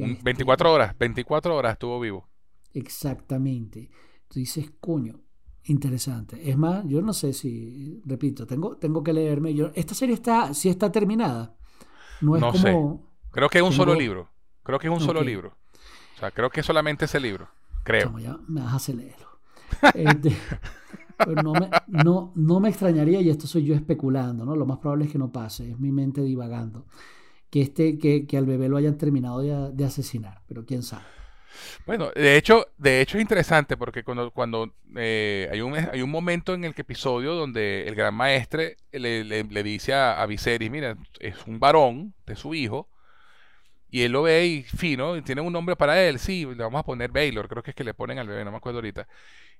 24 horas estuvo vivo. exactamente. Tú dices, coño, interesante. Es más, yo no sé si, repito, tengo que leerme. Esta serie sí está terminada. No es No sé. como, Creo que es un solo tengo, libro. Creo que es un ok, solo libro. O sea, creo que es solamente ese libro. Creo. chamo, ya me hace leerlo. Este, pero no me extrañaría, y esto soy yo especulando, ¿no? Lo más probable es que no pase, es mi mente divagando, que al bebé lo hayan terminado de asesinar, pero quién sabe. Bueno, de hecho es interesante porque cuando hay un momento en el episodio donde el gran maestre le dice a Viserys, mira, es un varón de su hijo, y él lo ve y fino, y tiene un nombre para él, sí, le vamos a poner Baylor, creo que es que le ponen al bebé, no me acuerdo ahorita.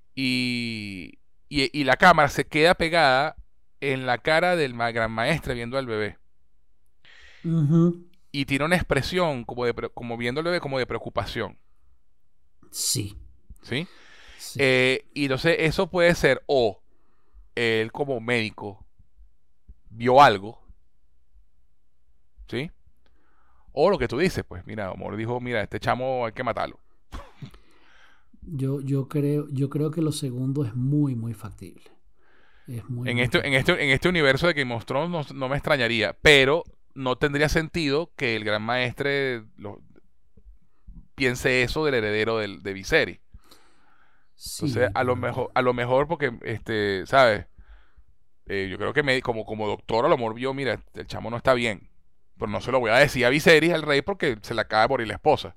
Y la cámara se queda pegada en la cara del gran maestre viendo al bebé. Ujú. Y tiene una expresión como viendo al bebé como de preocupación, Sí, ¿sí? sí. Y entonces eso puede ser o él como médico vio algo, ¿sí? O lo que tú dices, pues mira, Amor dijo, mira, este chamo hay que matarlo. Yo creo que lo segundo es muy, muy factible. Es muy, muy factible. En este universo de Game of Thrones no me extrañaría, pero no tendría sentido que el gran maestre piense eso del heredero de Viserys. Entonces, Sí, a lo mejor porque, ¿sabes? Yo creo que como doctor a lo mejor vio, mira, el chamo no está bien. Pero no se lo voy a decir a Viserys, al rey, porque se le acaba de morir la esposa.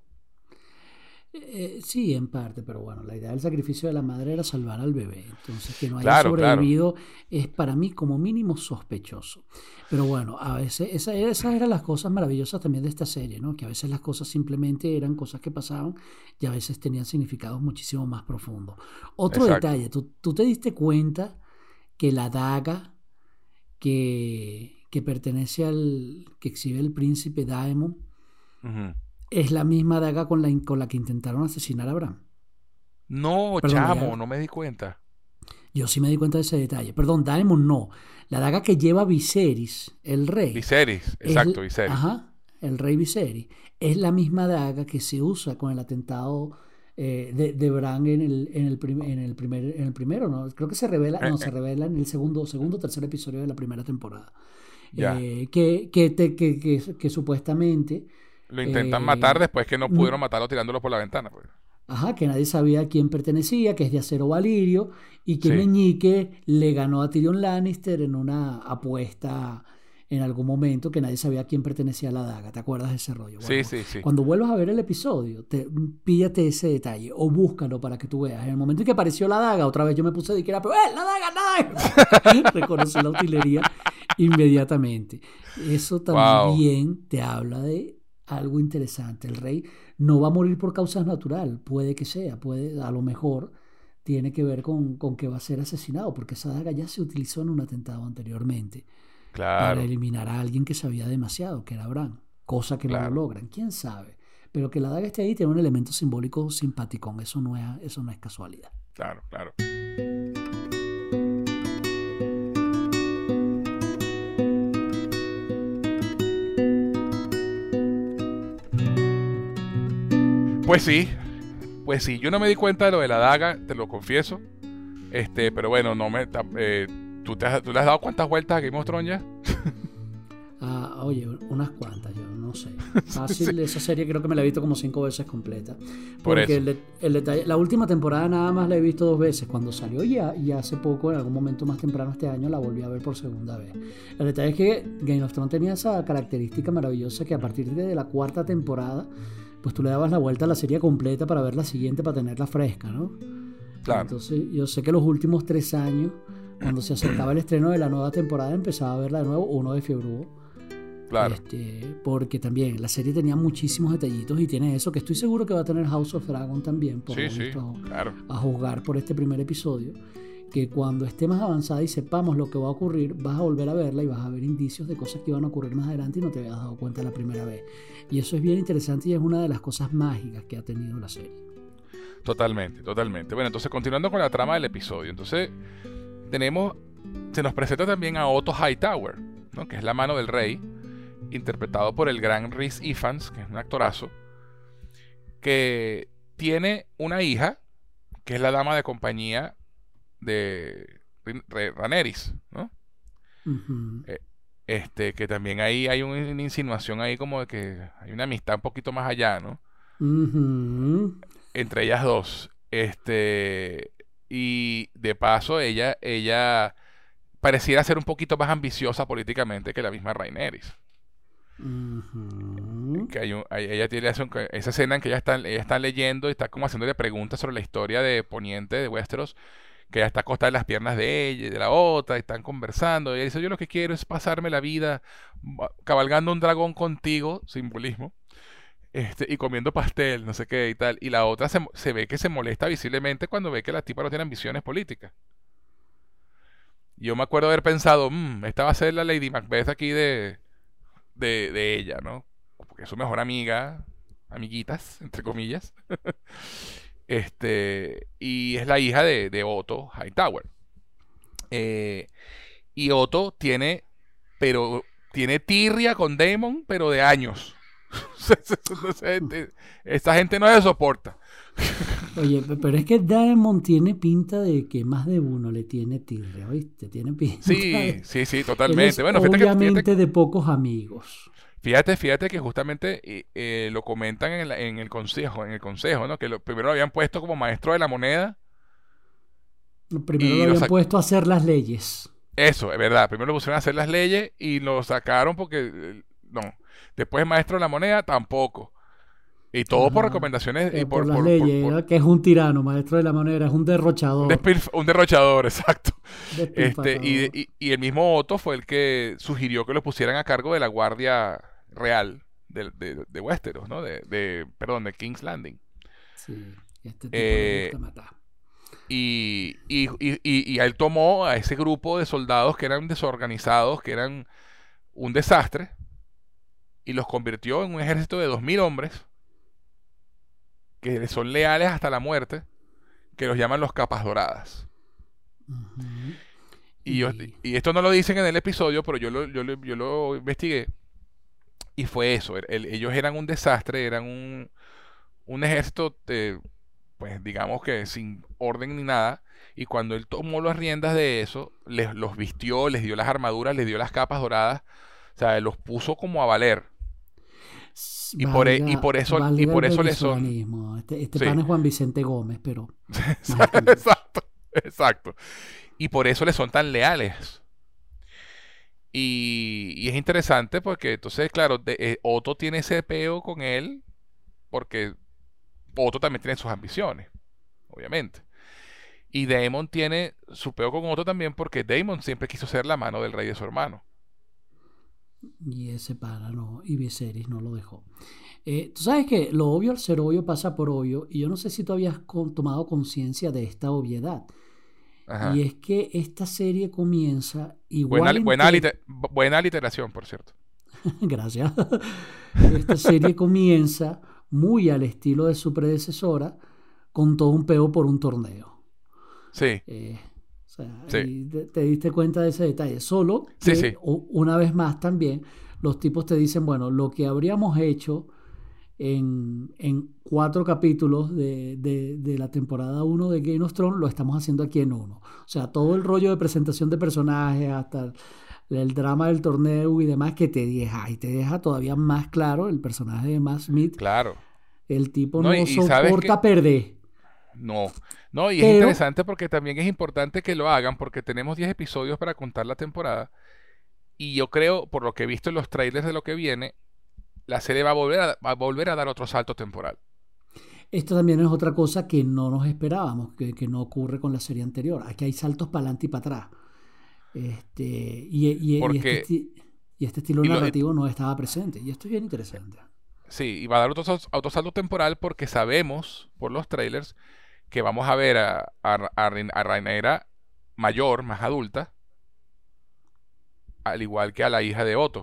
sí, en parte, pero bueno, la idea del sacrificio de la madre era salvar al bebé. Entonces, que no haya Claro, claro. sobrevivido es para mí como mínimo sospechoso. Pero bueno, a veces esas eran las cosas maravillosas también de esta serie, ¿no? Que a veces las cosas simplemente eran cosas que pasaban y a veces tenían significados muchísimo más profundos. Otro Exacto. detalle, ¿tú te diste cuenta que la daga que pertenece que exhibe el príncipe Daemon Ujú. es la misma daga con la que intentaron asesinar a Bran? No, Perdón, chamo, no me di cuenta. yo sí me di cuenta de ese detalle. Perdón, Daemon no. La daga que lleva Viserys, el rey, Viserys, exacto, Viserys. ajá, el rey Viserys, es la misma daga que se usa con el atentado de Bran en el primero, ¿no? Creo que se revela, Eh, no, eh, se revela en el segundo o tercer episodio de la primera temporada. ya. Que supuestamente Lo intentan matar eh, después que no pudieron matarlo tirándolo por la ventana, pues. ajá, que nadie sabía a quién pertenecía, que es de acero valirio, y que Sí, Meñique le ganó a Tyrion Lannister en una apuesta en algún momento que nadie sabía a quién pertenecía la daga. ¿Te acuerdas de ese rollo? Bueno, Sí. cuando vuelvas a ver el episodio, píllate ese detalle o búscalo para que tú veas. En el momento en que apareció la daga, otra vez yo me puse de que era, pero la daga! Reconocí la utilería inmediatamente. Eso también te habla de algo interesante. El rey no va a morir por causas naturales. Puede que sea, a lo mejor tiene que ver con que va a ser asesinado, porque esa daga ya se utilizó en un atentado anteriormente para eliminar a alguien que sabía demasiado, que era Bran, cosa que no lo logran, quién sabe, pero que la daga esté ahí tiene un elemento simbólico simpaticón, eso no es casualidad. Claro. Pues sí, yo no me di cuenta de lo de la daga, te lo confieso. Pero bueno, ¿tú le has dado cuántas vueltas a Game of Thrones ya? Oye, unas cuantas, yo no sé. Fácil, sí. Esa serie creo que me la he visto como 5 veces completa. Porque el detalle, la última temporada nada más la he visto 2 veces. Cuando salió y hace poco, en algún momento más temprano este año, la volví a ver por segunda vez. El detalle es que Game of Thrones tenía esa característica maravillosa que a partir de la 4ª temporada, pues tú le dabas la vuelta a la serie completa para ver la siguiente, para tenerla fresca, ¿no? Claro. Entonces yo sé que los últimos 3 años, cuando se acercaba el estreno de la nueva temporada, empezaba a verla de nuevo, uno de fiebre. Claro. Porque también la serie tenía muchísimos detallitos y tiene eso, que estoy seguro que va a tener House of Dragon también, por claro. A juzgar por este primer episodio, que cuando esté más avanzada y sepamos lo que va a ocurrir, vas a volver a verla y vas a ver indicios de cosas que iban a ocurrir más adelante y no te habías dado cuenta la primera vez. Y eso es bien interesante y es una de las cosas mágicas que ha tenido la serie. Totalmente. Bueno, entonces continuando con la trama del episodio, entonces se nos presenta también a Otto Hightower, ¿no? Que es la mano del rey, interpretado por el gran Rhys Ifans, que es un actorazo, que tiene una hija, que es la dama de compañía de Rhaenyra, ¿no? Uh-huh. Que también ahí hay una insinuación ahí como de que hay una amistad un poquito más allá, ¿no? Uh-huh. Entre ellas dos. Y de paso ella pareciera ser un poquito más ambiciosa políticamente que la misma Rhaenyra. Uh-huh. Que ella tiene esa escena en que ella está leyendo y está como haciéndole preguntas sobre la historia de Poniente, de Westeros, que ella está acostada en las piernas de ella y de la otra, y están conversando, y ella dice, yo lo que quiero es pasarme la vida cabalgando un dragón contigo, simbolismo, y comiendo pastel, no sé qué y tal, y la otra se ve que se molesta visiblemente cuando ve que la tipa no tiene ambiciones políticas. Yo me acuerdo haber pensado, esta va a ser la Lady Macbeth aquí de ella, ¿no? Porque es su mejor amiga, amiguitas, entre comillas. Y es la hija de Otto Hightower. Y Otto tiene tirria con Daemon, pero de años. Esta gente no se soporta. Oye, pero es que Daemon tiene pinta de que más de uno le tiene tirria, ¿oíste? Tiene pinta. Sí, totalmente. Bueno, obviamente de pocos amigos. Fíjate que justamente lo comentan en el consejo, ¿no? Que primero lo habían puesto como maestro de la moneda. Primero lo habían puesto a hacer las leyes. Eso, es verdad. Primero lo pusieron a hacer las leyes y lo sacaron porque no. Después maestro de la moneda, tampoco. Y todo por recomendaciones y por las leyes, que es un tirano, maestro de la moneda, es un derrochador. Un derrochador, exacto. Y el mismo Otto fue el que sugirió que lo pusieran a cargo de la guardia real de Westeros, ¿no? Perdón, de King's Landing. Sí, este tipo le gusta matar. Y él tomó a ese grupo de soldados que eran desorganizados, que eran un desastre, y los convirtió en un ejército de 2.000 hombres que son leales hasta la muerte, que los llaman los capas doradas. Uh-huh. Y esto no lo dicen en el episodio, pero yo lo investigué, y fue eso. Ellos eran un desastre, eran un ejército, pues digamos que sin orden ni nada, y cuando él tomó las riendas de eso, los vistió, les dio las armaduras, les dio las capas doradas, o sea, los puso como a valer. Y por eso le son. Este pan es Juan Vicente Gómez, pero. Exacto. Y por eso le son tan leales. Y es interesante porque entonces, claro, Otto tiene ese peo con él porque Otto también tiene sus ambiciones, obviamente. Y Daemon tiene su peo con Otto también porque Daemon siempre quiso ser la mano del rey de su hermano. Y ese pana no, y Viserys no lo dejó. Tú sabes que lo obvio al ser obvio pasa por obvio, y yo no sé si tú habías tomado conciencia de esta obviedad. Y Ajá. es que esta serie comienza Buena, igual buena literación, por cierto. Gracias. Esta serie comienza muy al estilo de su predecesora, con todo un peo por un torneo. Sí, O sea, sí, y te diste cuenta de ese detalle. Solo sí, que, sí. una vez más también, los tipos te dicen, bueno, lo que habríamos hecho en 4 capítulos de la temporada 1 de Game of Thrones, lo estamos haciendo aquí en uno. O sea, todo el rollo de presentación de personajes, hasta el drama del torneo y demás, que te deja todavía más claro el personaje de Matt Smith. Claro. El tipo No, no y sabes que soporta perder. no. No, y es Pero interesante porque también es importante que lo hagan porque tenemos 10 episodios para contar la temporada. Y yo creo, por lo que he visto en los trailers de lo que viene, la serie va a volver a dar otro salto temporal. esto también es otra cosa que no nos esperábamos, que no ocurre con la serie anterior. Aquí hay saltos para adelante y para atrás. Porque, Y este estilo y lo, narrativo no estaba presente. Y esto es bien interesante. sí, y va a dar otro salto temporal porque sabemos por los trailers que vamos a ver a Rhaenyra mayor, más adulta, al igual que a la hija de Otto.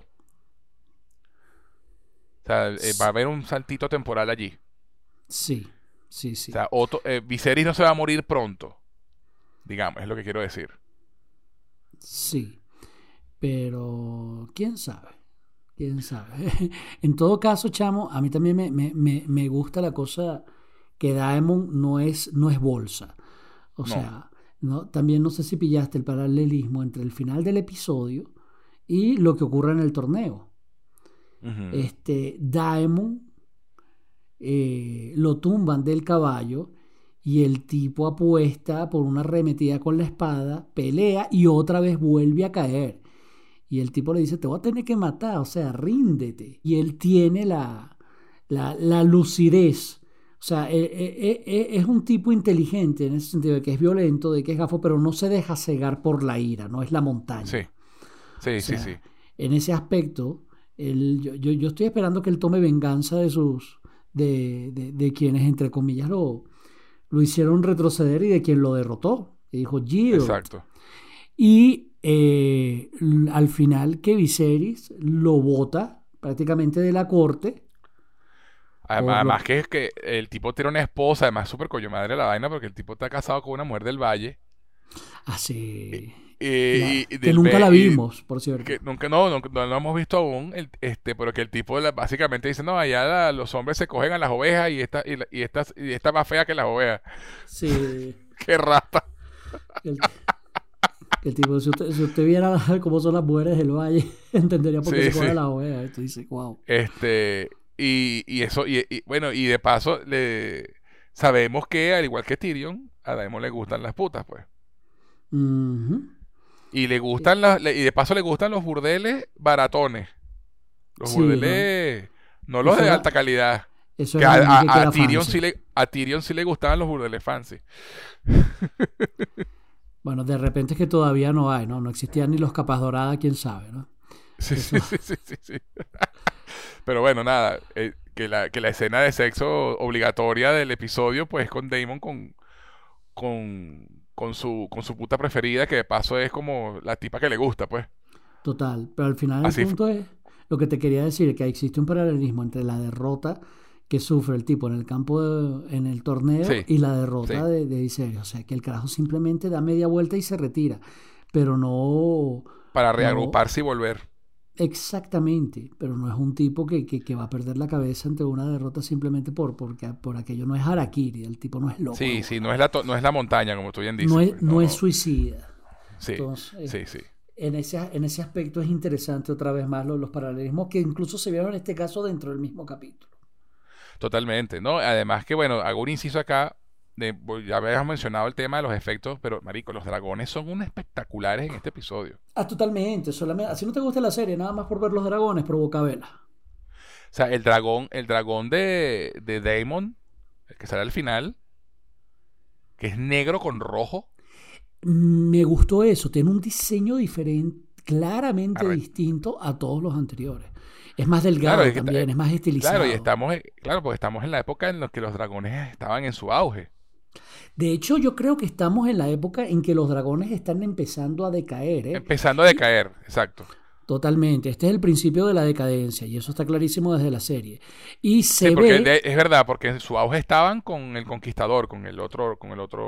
O sea, va a S- haber un saltito temporal allí. Sí, sí, O sí. sea, Viserys no se va a morir pronto, digamos, es lo que quiero decir. Sí. Pero, ¿quién sabe? ¿Quién sabe? En todo caso, chamo, a mí también me gusta la cosa que Daemon no es bolsa. O No. sea, también no sé si pillaste el paralelismo entre el final del episodio y lo que ocurre en el torneo. Ujú. Daemon lo tumban del caballo y el tipo apuesta por una arremetida con la espada, pelea y otra vez vuelve a caer. Y el tipo le dice, te voy a tener que matar, o sea, ríndete. Y él tiene la lucidez. O sea, es un tipo inteligente en ese sentido, de que es violento, de que es gafo, pero no se deja cegar por la ira, no es la Sí, montaña. O sí, sí, sí. sea, en ese aspecto, yo estoy esperando que él tome venganza de quienes, entre comillas, lo hicieron retroceder y de quien lo derrotó. Y dijo, yield. Exacto. Y al final que Viserys lo bota prácticamente de la corte por lo Además que es que el tipo tiene una esposa, además súper coño madre la vaina, porque el tipo está casado con una mujer del Valle. Y, así y que del nunca la y vimos, por que cierto. nunca no lo hemos visto aún, pero que el tipo básicamente dice, no, allá los hombres se cogen a las ovejas y esta más fea que las ovejas. Sí, Qué rata. el, el tipo, si usted viera cómo son las mujeres del valle, entendería por qué Sí, se coge sí. a las ovejas. Esto dice, wow. Y eso, bueno, y de paso, sabemos que al igual que Tyrion, a Daemon le gustan las putas, pues. Ujú. Y le Eh, gustan y de paso le gustan los burdeles baratones. Los Sí, no, burdeles, no los eso de era, alta calidad. eso Que era a, nada más que a- a era Tyrion fancy. sí le gustaban los burdeles fancy. Bueno, de repente es que todavía no hay, ¿no? No existían ni los capas doradas, quién sabe, ¿no? Sí, Eso, sí, sí, sí, sí, sí. Pero bueno, nada, que la escena de sexo obligatoria del episodio, pues con Damon con su puta preferida, que de paso es como la tipa que le gusta, pues. total. Pero al final el Así, punto es, lo que te quería decir, que existe un paralelismo entre la derrota que sufre el tipo en el campo, en el torneo, sí, y la derrota sí. de Viserys. O sea, que el carajo simplemente da media vuelta y se retira. Pero Para no, reagruparse y volver. exactamente, pero no es un tipo que va a perder la cabeza ante una derrota simplemente porque por aquello no es harakiri, el tipo no es loco de Sí, sí, bola, no es la montaña, como tú bien no dices, es, pues. no No, es no. suicida. Sí, Entonces, sí, sí. en ese aspecto es interesante otra vez más los paralelismos que incluso se vieron en este caso dentro del mismo capítulo. Totalmente, ¿no? Además que, bueno, hago un inciso acá. ya habías mencionado el tema de los efectos, pero marico, los dragones son unos espectaculares en este episodio. Totalmente. Solamente, así no te gusta la serie, nada más por ver los dragones, provoca vela. O sea, el dragón de Daemon, el que sale al final, que es negro con rojo. Me gustó eso, tiene un diseño diferente, claramente Arre- distinto a todos los anteriores. Es más delgado Claro, también, es más estilizado. Claro, porque estamos en la época en la que los dragones estaban en su auge. De hecho, yo creo que estamos en la época en que los dragones están empezando a decaer, ¿eh? Empezando a decaer, exacto. Totalmente. Este es el principio de la decadencia y eso está clarísimo desde la serie. Y Sí, se porque ve, es verdad, porque en su auge estaban con el Conquistador, con el otro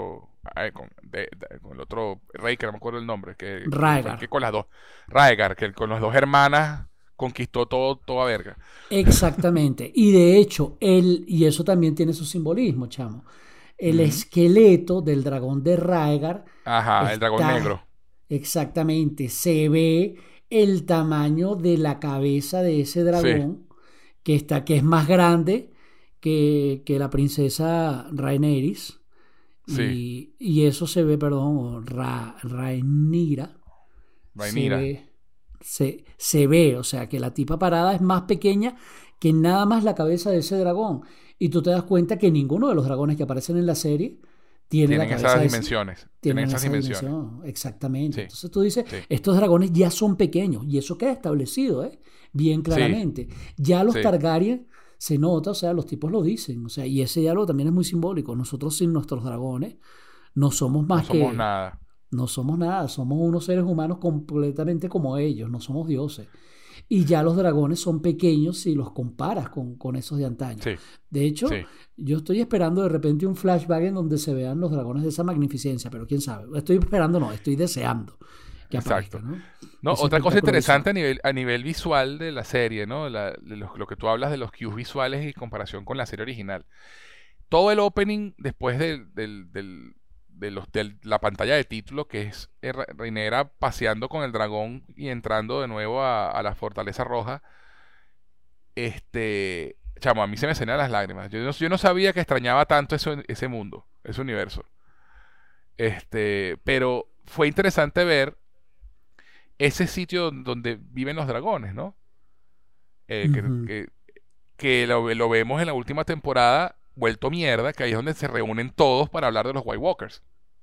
rey que no me acuerdo el nombre, que fue el Rhaegar. que con las dos, Raegar, que con las dos hermanas conquistó toda verga. Exactamente. Y de hecho, y eso también tiene su simbolismo, chamo. El Ujú. esqueleto del dragón de Rhaegar Ajá, el dragón está negro. exactamente, se ve el tamaño de la cabeza de ese Sí, dragón que es más grande que la princesa Rhaenyra. sí, Y eso se ve, perdón, Rhaenyra, se Rhaenyra. ve, se ve, o sea, que la tipa parada es más pequeña que nada más la cabeza de ese dragón. Y tú te das cuenta que ninguno de los dragones que aparecen en la serie tiene la Tienen cabeza esas de ese, dimensiones. Tienen tienen esas esa dimensiones. dimensión, exactamente. Sí, Entonces tú dices, sí, estos dragones ya son pequeños y eso queda establecido, ¿eh? Bien sí, claramente. Ya los sí. Targaryen se nota, o sea, los tipos lo dicen, o sea, y ese diálogo también es muy simbólico. Nosotros sin nuestros dragones no somos No más somos que, nada. no somos nada, somos unos seres humanos completamente como ellos, no somos dioses. Y ya los dragones son pequeños si los comparas con esos de antaño. Sí, De hecho, sí, yo estoy esperando de repente un flashback en donde se vean los dragones de esa magnificencia, pero quién sabe. Estoy esperando, no, estoy deseando que aparezca, exacto. ¿no? No, Ese otra cosa espectáculo visual. interesante a nivel visual de la serie, ¿no? Lo que tú hablas de los cues visuales y comparación con la serie original. Todo el opening después de la pantalla de título, que es Rhaenyra paseando con el dragón y entrando de nuevo a la Fortaleza Roja, chamo, a mí se me salían las lágrimas. Yo no sabía que extrañaba tanto ese mundo, ese universo. Pero fue interesante ver ese sitio donde viven los dragones, ¿no? Eh, que, Ujú, que, que lo vemos en la última temporada vuelto mierda, que ahí es donde se reúnen todos para hablar de los White Walkers.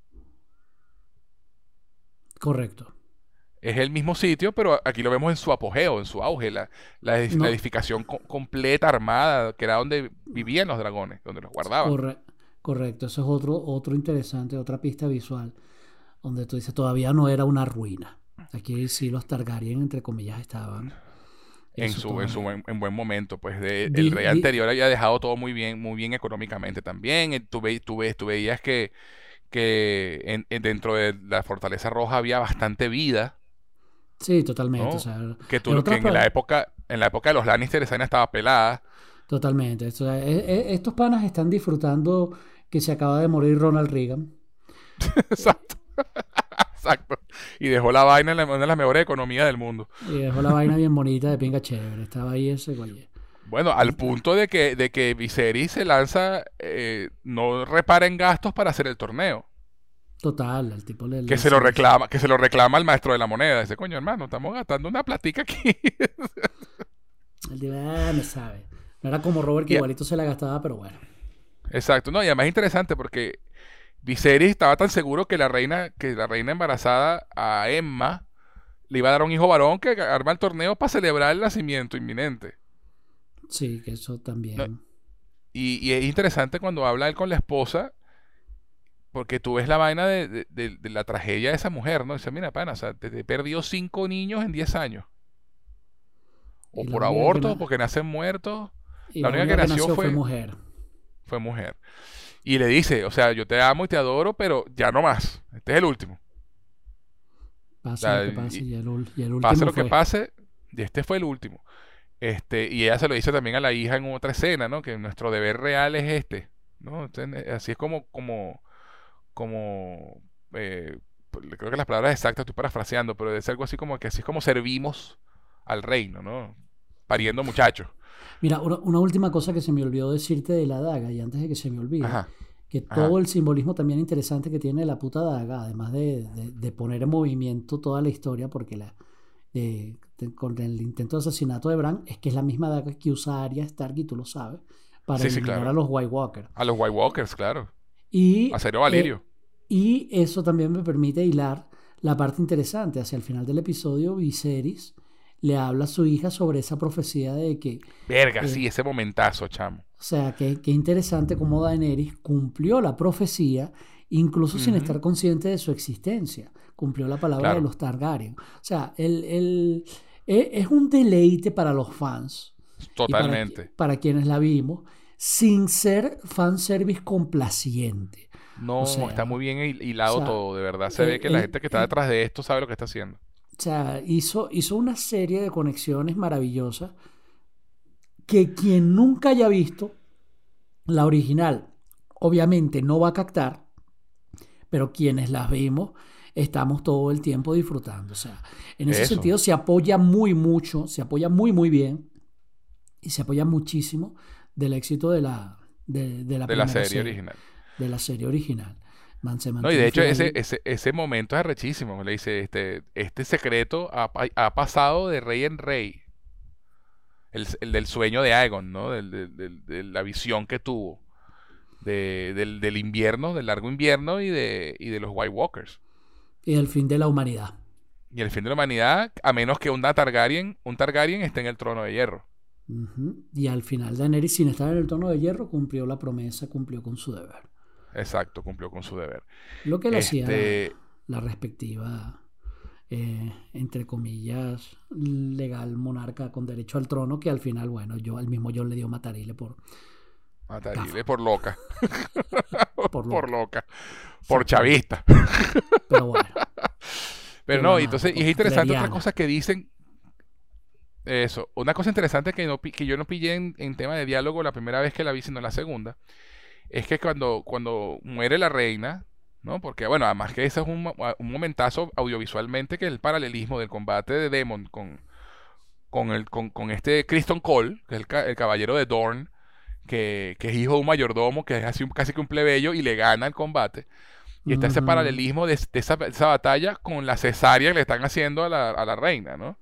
correcto. Es el mismo sitio, pero aquí lo vemos en su apogeo, en su auge, la No, edificación completa, armada, que era donde vivían los dragones, donde los guardaban. corre- correcto. Eso es otro interesante, otra pista visual, donde tú dices, todavía no era una ruina. Aquí sí los Targaryen, entre comillas, estaban. Eso todavía. En buen momento, pues el Di- rey di- anterior había dejado todo muy bien económicamente también. Tú veías que dentro de la Fortaleza Roja había bastante vida, sí, totalmente. O ¿no? sea, en Que otras en la época de los Lannister esa vaina estaba pelada. totalmente. O sea, estos panas están disfrutando que se acaba de morir Ronald Reagan. Exacto, exacto. Y dejó la vaina en una de las mejores economías del mundo. Y dejó la vaina bien bonita de pinga chévere. Estaba ahí ese, oye. Bueno, al punto de que Viserys se lanza, no repara en gastos para hacer el torneo. Total, el tipo le dice. Que se lo reclama al maestro de la moneda. Dice, coño, hermano, estamos gastando una platica aquí. El tipo, no sabe. No era como Robert que Y igualito se la gastaba, pero bueno. exacto, no, y además es interesante porque Viserys estaba tan seguro que la reina embarazada a Emma le iba a dar un hijo varón que arma el torneo para celebrar el nacimiento inminente. Sí, que eso ¿No? también. Y es interesante cuando habla él con la esposa, porque tú ves la vaina de la tragedia de esa mujer, ¿no? Dice, mira, pana, o sea, te perdió 5 niños en 10 años. O Y la por única que, aborto, o porque nacen muertos. y La la única que única que nació nació fue mujer. fue mujer. Y le dice, o sea, yo te amo y te adoro, pero ya no más. Este es el último. O Pase lo sea, que pase, y el pase último lo que fue. pase, y este fue el último. Y ella se lo dice también a la hija en otra escena, ¿no? Que nuestro deber real es este, ¿no? Entonces, así es como, creo que las palabras exactas estoy parafraseando, pero es algo así como que así es como servimos al reino, ¿no? Pariendo muchachos. Mira, una última cosa que se me olvidó decirte de la daga, y antes de que se me olvide, Ajá, que todo el simbolismo también interesante que tiene la puta daga, además de poner en movimiento toda la historia, porque con el intento de asesinato de Bran, es que es la misma daga que usa Arya Stark, y tú lo sabes, para eliminar claro. a los White Walkers. A los White Walkers, claro. Y, Acero Valirio. Y eso también me permite hilar la parte interesante. Hacia el final del episodio, Viserys le habla a su hija sobre esa profecía de que... Verga, sí, ese momentazo, chamo. O sea, que interesante cómo Daenerys cumplió la profecía, incluso sin estar consciente de su existencia. Cumplió la palabra de los Targaryen. O sea, es un deleite para los fans. Totalmente. Para quienes la vimos, sin ser fanservice complaciente. No, o sea, está muy bien hilado todo, de verdad. Se ve que la gente que está detrás de esto sabe lo que está haciendo. O sea, hizo una serie de conexiones maravillosas que quien nunca haya visto la original, obviamente no va a captar, pero quienes las vimos estamos todo el tiempo disfrutando. O sea, en ese sentido se apoya muy bien y se apoya muchísimo del éxito de la serie original. De la serie original. No, y de hecho ese momento es arrechísimo. Le dice, este secreto ha pasado de rey en rey. El del sueño de Aegon, ¿no? De la visión que tuvo. Del invierno, del largo invierno y de los White Walkers. Y el fin de la humanidad. Y el fin de la humanidad, a menos que un Targaryen esté en el trono de hierro. Y al final Daenerys, sin estar en el trono de hierro, cumplió la promesa, cumplió con su deber. Exacto, cumplió con su deber. Lo que le hacía la respectiva, entre comillas, legal monarca con derecho al trono, que al final, bueno, al mismo Jon le dio Matarile por loca. por loca. Por Sí, chavista. pero bueno. Pero no, entonces, y es interesante otra cosa que dicen. Eso, una cosa interesante que yo no pillé en tema de diálogo la primera vez que la vi, sino la segunda, es que cuando muere la reina, ¿no? Porque, bueno, además que ese es un momentazo audiovisualmente, que es el paralelismo del combate de Daemon con este Criston Cole, que es el caballero de Dorne, que es hijo de un mayordomo, que es así casi que un plebeyo, y le gana el combate. Y está ese paralelismo de esa batalla con la cesárea que le están haciendo a la reina, ¿no?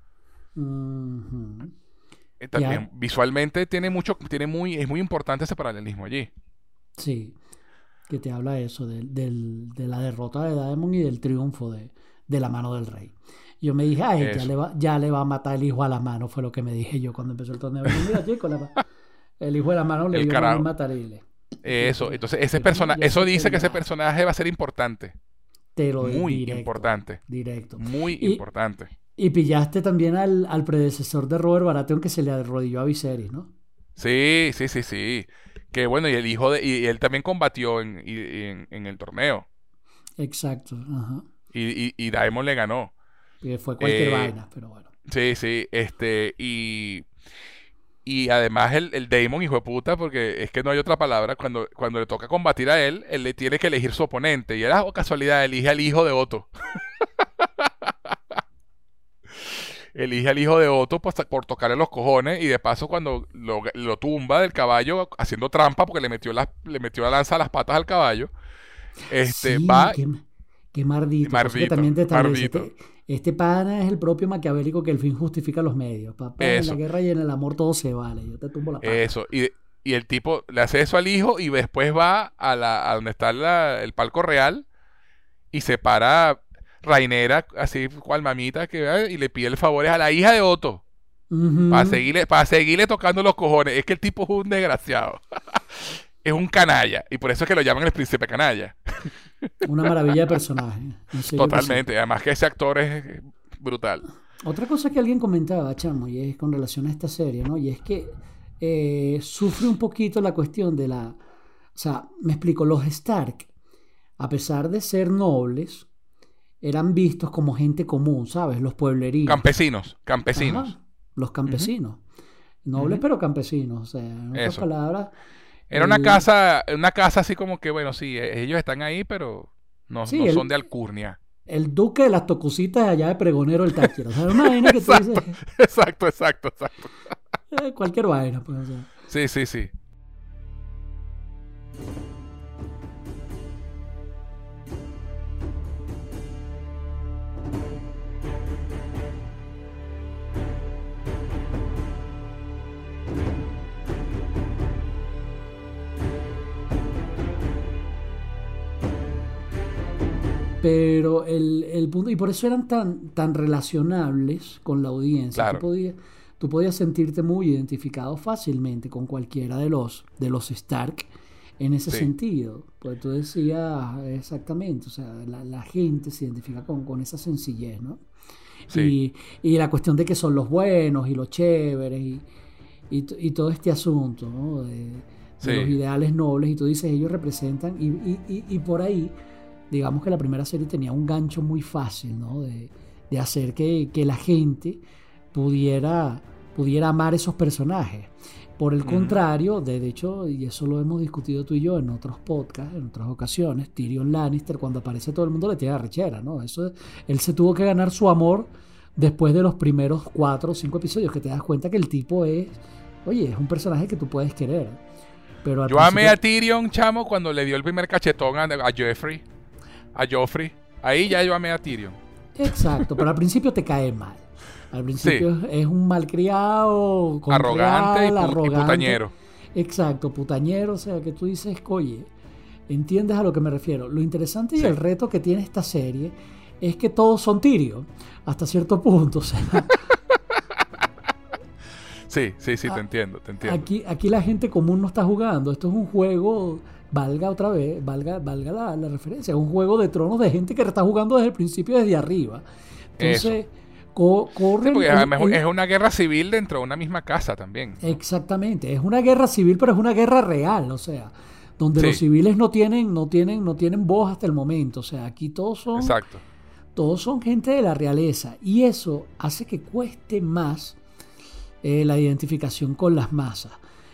También visualmente es muy importante ese paralelismo allí. Sí, que te habla eso de la derrota de Daemon y del triunfo de la mano del rey. Yo me dije, ya le va a matar el hijo a la mano, fue lo que me dije yo cuando empezó el torneo. Mira, chico, el hijo de la mano le dio a Matarile. Eso, entonces eso dice que ese personaje va a ser importante. Muy importante. Directo. Muy importante. Y pillaste también al predecesor de Robert Baratheon, que se le arrodilló a Viserys, ¿no? Sí. Que bueno, y él también combatió en el torneo. Exacto, ajá. Y Daemon le ganó. Que fue cualquier vaina, pero bueno. Sí, y además el Daemon, hijo de puta, porque es que no hay otra palabra, cuando le toca combatir a él le tiene que elegir su oponente, y era casualidad, elige al hijo de Otto. Elige al hijo de Otto por tocarle los cojones, y de paso cuando lo tumba del caballo haciendo trampa porque le metió la lanza a las patas al caballo, sí, va... Qué mardito. Que también te establece, este pana es el propio maquiavélico, que el fin justifica los medios. Papá, en la guerra y en el amor todo se vale. Yo te tumbo la pata. Eso, y el tipo le hace eso al hijo, y después va a donde está el palco real, y se para Rhaenyra, así cual mamita, y le pide el favor a la hija de Otto. Para seguirle tocando los cojones. Es que el tipo es un desgraciado. Es un canalla. Y por eso es que lo llaman el príncipe canalla. Una maravilla de personaje. Totalmente. Además que ese actor es brutal. Otra cosa que alguien comentaba, Chamo, y es con relación a esta serie, ¿no? Y es que sufre un poquito la cuestión de la... O sea, me explico, los Stark, a pesar de ser nobles, eran vistos como gente común, ¿sabes? Los pueblerinos. Campesinos. Ajá, los campesinos. Nobles, pero campesinos. O sea, en otras palabras... Era una casa así como que, bueno, sí, ellos están ahí, pero no son de alcurnia. El duque de las tocucitas allá de Pregonero el Táchira. O sea, una vaina que tú dices... Exacto. Cualquier vaina, pues. O sea. Sí. Pero el punto, y por eso eran tan relacionables con la audiencia. Claro. Tú podías sentirte muy identificado fácilmente con cualquiera de los Stark en ese Sí, sentido. Pues tú decías exactamente, o sea, la gente se identifica con esa sencillez, ¿no? sí, Y la cuestión de que son los buenos y los chéveres y todo este asunto, ¿no? De los sí. ideales nobles, y tú dices, ellos representan, y por ahí, digamos que la primera serie tenía un gancho muy fácil, ¿no? De hacer que la gente pudiera, pudiera amar esos personajes. Por el Ujú. contrario, de hecho, y eso lo hemos discutido tú y yo en otros podcasts, en otras ocasiones, Tyrion Lannister, cuando aparece todo el mundo le tiene arrechera, ¿no? Él se tuvo que ganar su amor después de los primeros 4 o 5 episodios, que te das cuenta que el tipo oye, es un personaje que tú puedes querer, pero al Yo amé a principio, Tyrion, chamo, cuando le dio el primer cachetón a Joffrey. A Joffrey. Ahí ya yo amé a Tyrion. exacto, pero al principio te cae mal. Al Sí, principio es un malcriado, con arrogante real, y arrogante, putañero. exacto, putañero, o sea, que tú dices, oye, ¿entiendes a lo que me refiero? Lo interesante y Sí, el reto que tiene esta serie es que todos son Tyrion, hasta cierto punto. O sea, sí, sí, sí, te a- entiendo, te entiendo. aquí la gente común no está jugando. Esto es un juego, valga otra vez, valga la referencia, es un juego de tronos de gente que está jugando desde el principio, desde arriba. Eso. Entonces, Sí, corre porque además es una guerra civil dentro de una misma casa también, ¿no? exactamente, es una guerra civil, pero es una guerra real, o sea, donde los Sí, civiles no tienen voz hasta el momento. O sea, aquí exacto. todos son gente de la realeza, y eso hace que cueste más la identificación con las masas.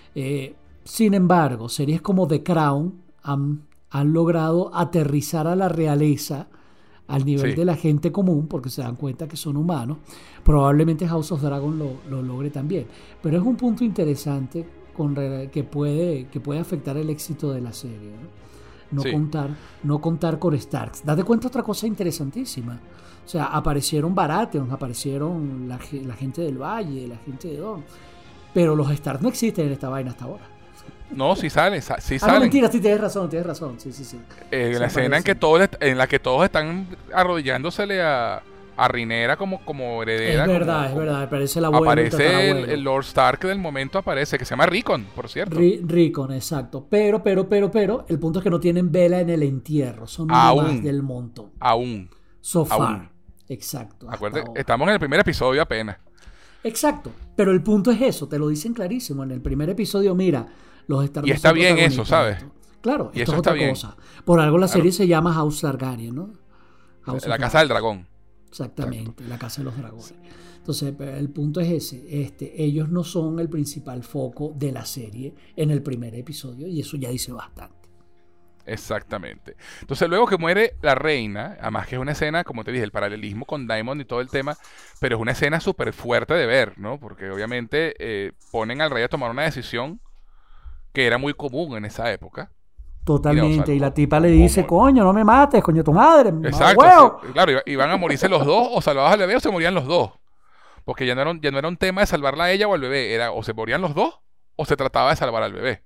Sin embargo, series como The Crown han logrado aterrizar a la realeza al nivel Sí, de la gente común, porque se dan cuenta que son humanos. Probablemente House of Dragon lo logre también. Pero es un punto interesante que puede afectar el éxito de la serie, ¿no? No sí. contar, no contar con Starks. Date cuenta otra cosa interesantísima. O sea, aparecieron Baratheons, aparecieron la gente del Valle, la gente de Dorne. Pero los Starks no existen en esta vaina hasta ahora. No, sí salen, sí Ah, no, salen. mentira, sí, tienes razón, tienes razón. Sí, sí, sí. En Sí la escena aparecen. en la que todos están arrodillándosele a Rhaenyra como heredera, Es verdad, aparece el abuelo, el aparece el tatarabuelo. Lord Stark del momento, aparece, que se llama Rickon, por cierto. Rickon, exacto. Pero, el punto es que no tienen vela en el entierro. Son uno más Aún, del montón. aún, So aún. far. Exacto, hasta Acuérdate, ahora. estamos en el primer episodio apenas. Exacto. Pero el punto es eso, te lo dicen clarísimo. En el primer episodio, mira, los Stark Y no está son bien eso, protagonistas de ¿sabes? esto. Claro, Y esto eso es está otra bien. cosa. Por algo la serie Claro. se llama House Targaryen, ¿no? House of La Casa del Dragon. Dragón. Exacto. Exactamente, la casa de los dragones. Entonces, el punto es ese. Ellos no son el principal foco de la serie en el primer episodio, y eso ya dice bastante. Exactamente. Entonces, luego que muere la reina, además que es una escena, como te dije, el paralelismo con Daemon y todo el tema, pero es una escena súper fuerte de ver, ¿no? Porque obviamente ponen al rey a tomar una decisión que era muy común en esa época. Mira, o sea, Totalmente. Y la tipa le dice, como... coño, no me mates, coño, tu madre, mamá Exacto, huevo. claro, iban a morirse los dos, o salvabas al bebé o se morían los dos. Porque ya no era un tema de salvarla a ella o al bebé, era o se morían los dos o se trataba de salvar al bebé.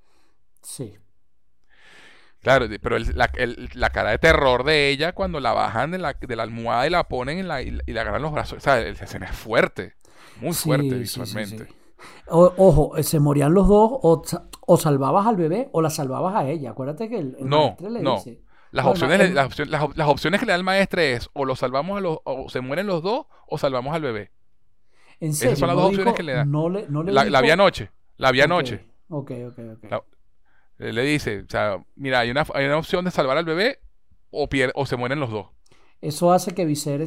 Sí, Claro, pero la cara de terror de ella cuando la bajan de la almohada y la ponen y le agarran los brazos. O sea, esa escena es fuerte, muy fuerte sí, sí, sí, sí. visualmente. Ojo, se morían los dos, o salvabas al bebé o la salvabas a ella. Acuérdate que el No, maestre le no. dice. Las Bueno, opciones, las opciones que le da el maestre es o lo salvamos o se mueren los dos o salvamos al bebé. en Esas serio, son las no dos opciones que dijo, le da. no le La vía dijo. noche, la vía Ok, noche. ok, ok, ok. La- Él le dice, o sea, mira, hay una opción de salvar al bebé o se mueren los dos. Eso hace que Viserys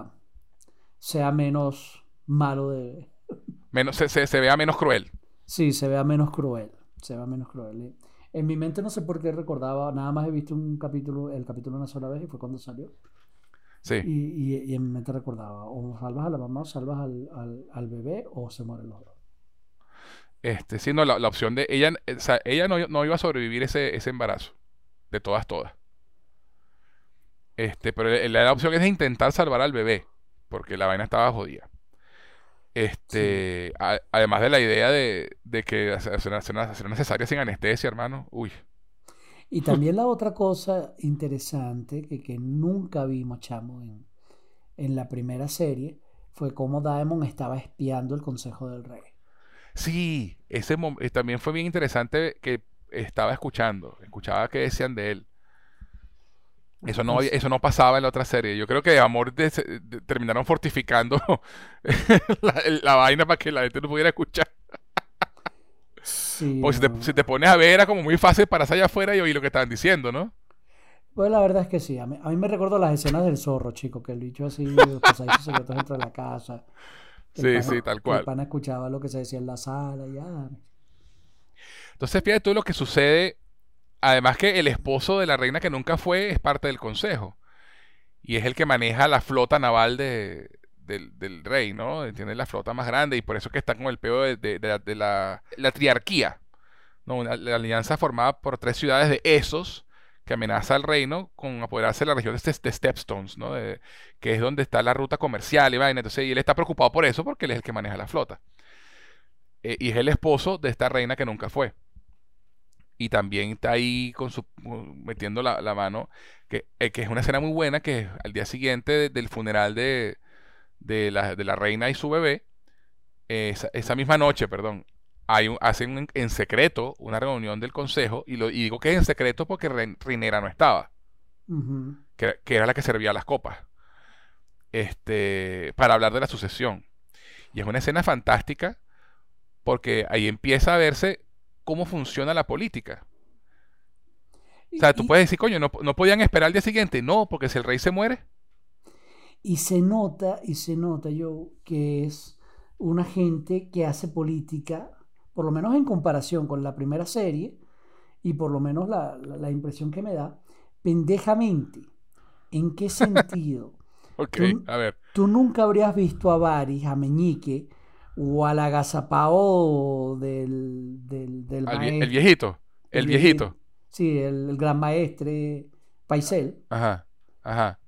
sea menos malo de... Se vea menos cruel. Sí, se vea menos cruel. Se vea menos cruel. En mi mente no sé por qué recordaba, nada más he visto el capítulo una sola vez y fue cuando salió. Sí. Y en mi mente recordaba, o salvas a la mamá, o salvas al bebé, o se mueren los dos. Sí, no, la opción de ella, o sea, ella no iba a sobrevivir ese embarazo. De todas, todas. Pero la opción es de intentar salvar al bebé. Porque la vaina estaba jodida. Sí. Además de la idea de que hacer una cesárea sin anestesia, hermano. Uy. Y también la otra cosa interesante que nunca vimos, chamo, en la primera serie, fue cómo Daemon estaba espiando el Consejo del Rey. Sí, también fue bien interesante que escuchaba que decían de él. Es, Eso no pasaba en la otra serie. Yo creo que de amor terminaron fortificando la vaina para que la gente no pudiera escuchar. sí, Porque si te pones a ver, era como muy fácil pararse allá afuera y oír lo que estaban diciendo, ¿no? pues la verdad es que sí. A mí me recuerdo las escenas del zorro, chico, que el bicho así, pasaditos secretos dentro de la casa, Sí, sí, tal que el cual. pana escuchaba lo que se decía en la sala, ya. Entonces, fíjate tú lo que sucede. Además que el esposo de la reina que nunca fue es parte del consejo. Y es el que maneja la flota naval del rey, ¿no? Tiene la flota más grande y por eso que está con el peo la triarquía, ¿no? La alianza formada por 3 ciudades de Essos que amenaza al reino con apoderarse de la región de Stepstones, ¿no? Que es donde está la ruta comercial y vaina. Entonces, y él está preocupado por eso porque él es el que maneja la flota. Y es el esposo de esta reina que nunca fue. Y también está ahí metiendo la mano, que es una escena muy buena, que es al día siguiente del funeral de la reina y su bebé, esa misma noche, perdón, hacen en secreto una reunión del consejo, y digo que es en secreto porque Rhaenyra no estaba, Ujú. que era la que servía las copas, para hablar de la sucesión. Y es una escena fantástica porque ahí empieza a verse cómo funciona la política. O Y, sea, tú y- puedes decir, coño, no podían esperar al día siguiente. No, porque si el rey se muere. y se nota yo que es una gente que hace política, por lo menos en comparación con la primera serie, y por lo menos la impresión que me da, pendejamente. ¿En qué sentido? Ok, Tú, a ver. tú nunca habrías visto a Varys, a Meñique o al agazapao del El maestro, viejito. el El viejito, viejito. sí, el gran maestre Paisel, Ajá. Ajá.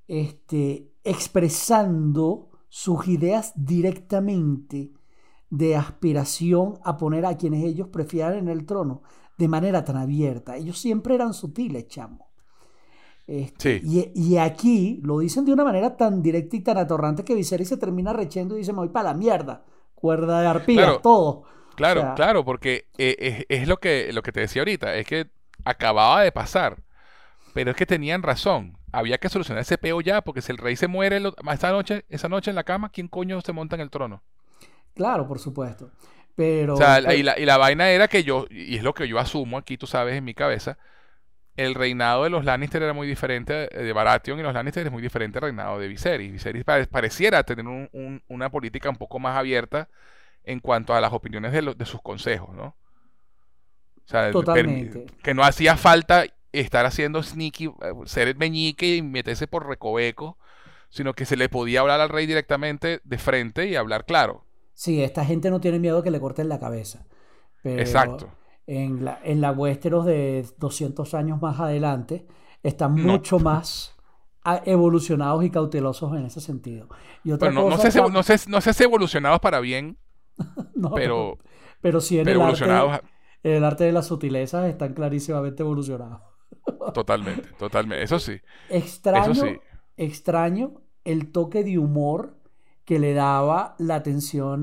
expresando sus ideas directamente de aspiración a poner a quienes ellos prefieran en el trono de manera tan abierta. Ellos siempre eran sutiles, chamo. Sí. Y aquí lo dicen de una manera tan directa y tan atorrante que Viserys se termina rechendo y dice: me voy para la mierda, cuerda de arpías, Claro, todo. O claro, sea, claro, porque es lo que te decía ahorita. Es que acababa de pasar. Pero es que tenían razón. Había que solucionar ese peo ya, porque si el rey se muere esa noche en la cama, ¿quién coño se monta en el trono? claro, por supuesto. O sea, Pero, pero y la vaina era que y es lo que yo asumo aquí, tú sabes, en mi cabeza, el reinado de los Lannister era muy diferente, de Baratheon y los Lannister es muy diferente al reinado de Viserys. Viserys pareciera tener una política un poco más abierta en cuanto a las opiniones de sus consejos, ¿no? O sea, totalmente. que no hacía falta estar haciendo sneaky, ser el meñique y meterse por recoveco, sino que se le podía hablar al rey directamente de frente y hablar claro. Sí, esta gente no tiene miedo que le corten la cabeza. Pero Exacto. en la Westeros de 200 años más adelante están No. mucho más evolucionados y cautelosos en ese sentido. Y otra Bueno, cosa, chamo, no sé si evolucionados para bien, no, pero, pero sí pero evolucionados en el arte de las sutilezas están clarísimamente evolucionados. totalmente, totalmente. Eso sí. Extraño, extraño el toque de humor que le daba la tensión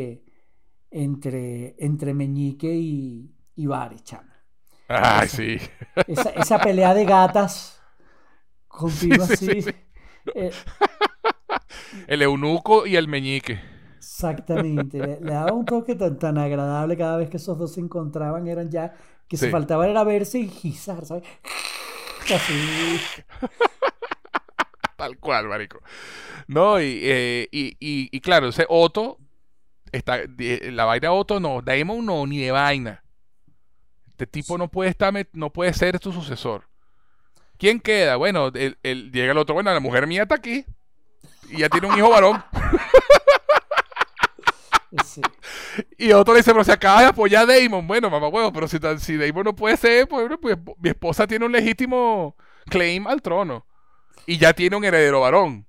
entre Meñique y Varys, chamo. Ay, Esa, sí. esa pelea de gatas Sí, continua sí, sí, así. sí. eh, El eunuco y el meñique. exactamente. Le daba un toque tan agradable cada vez que esos dos se encontraban. Eran ya que se Sí, faltaba era verse y gizar, ¿sabes? Así. tal cual, marico. No, y claro, ese Otto, la vaina Otto no, Daemon no, ni de vaina. Este tipo no puede ser su sucesor. ¿Quién queda? Bueno, llega el otro, bueno, la mujer mía está aquí y ya tiene un hijo varón. Sí. Y otro le dice, pero se acaba de apoyar a Daemon. Bueno, mamá huevo, pero si Daemon no puede ser, pues, bueno, pues mi esposa tiene un legítimo claim al trono. Y ya tiene un heredero varón.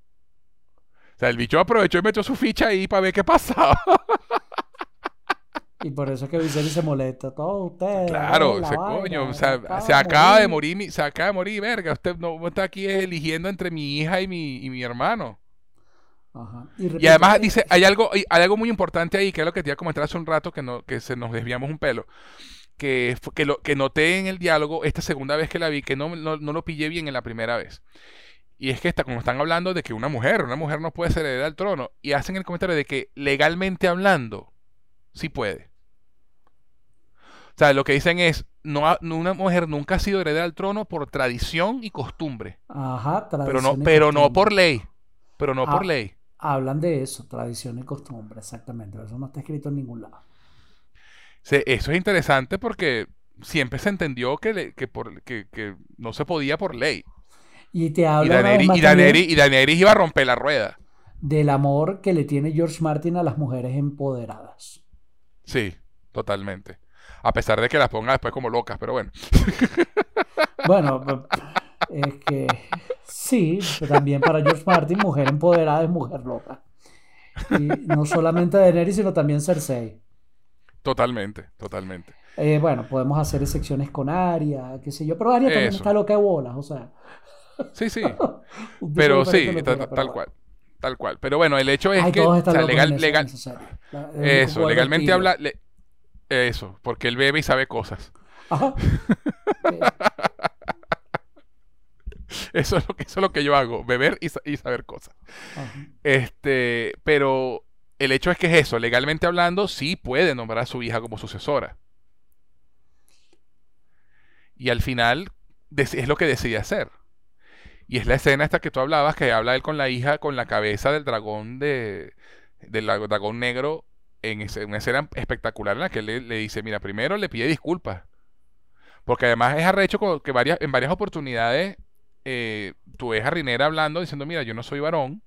O sea, el bicho aprovechó y metió su ficha ahí para ver qué pasaba. Y por eso es que Viserys se molesta. Todos ustedes, Claro, la ese vaina, coño, o sea, acaba de morir. se acaba de morir, verga. Usted no está aquí eligiendo entre mi hija y mi hermano. Ajá. Y Y repito, además dice, hay algo muy importante ahí, que es lo que te iba a comentar hace un rato, que se nos desviamos un pelo, que noté en el diálogo esta segunda vez que la vi, que no lo pillé bien en la primera vez. Y es que como están hablando de que una mujer no puede ser heredera al trono, y hacen el comentario de que legalmente hablando, sí puede. O sea, lo que dicen es, una mujer nunca ha sido heredera al trono por tradición y costumbre, ajá, tradición y pero no por costumbre. ley, pero no por Ah, ley. hablan de eso, tradición y costumbre, exactamente. Eso no está escrito en ningún lado. Eso es interesante porque siempre se entendió que no se podía por ley. Y te Y habla una vez Daenerys, más y Daenerys, también y Daenerys iba a romper la rueda. del amor que le tiene George Martin a las mujeres empoderadas. Sí, totalmente. A pesar de que las ponga después como locas, pero bueno. Bueno, es que sí, también para George Martin, mujer empoderada es mujer loca. Y no solamente Daenerys, sino también Cersei. Totalmente, totalmente. Bueno, podemos hacer excepciones con Arya, qué sé yo, pero Arya también está Eso. loca de bolas, o sea, Sí, sí. un tipo Pero diferente sí, de locura, pero tal bueno. cual. Tal cual. Pero bueno, el hecho es Ay, que, todos o están sea, locos en esa serie. El único eso, cuerdo es legalmente Tyrion. habla, eso, porque él bebe y sabe cosas. Ajá. Eh, Eso es lo que yo hago, beber y saber cosas. ajá. Pero el hecho es que es eso, legalmente hablando, sí puede nombrar a su hija como sucesora. Y al final es lo que decide hacer. Y es la escena esta que tú hablabas, que habla él con la hija, con la cabeza del dragón del dragón negro, una escena espectacular en la que él le dice, mira, primero le pide disculpas. Porque además es arrecho que en varias oportunidades tú ves a Rhaenyra hablando, diciendo, mira, yo no soy varón,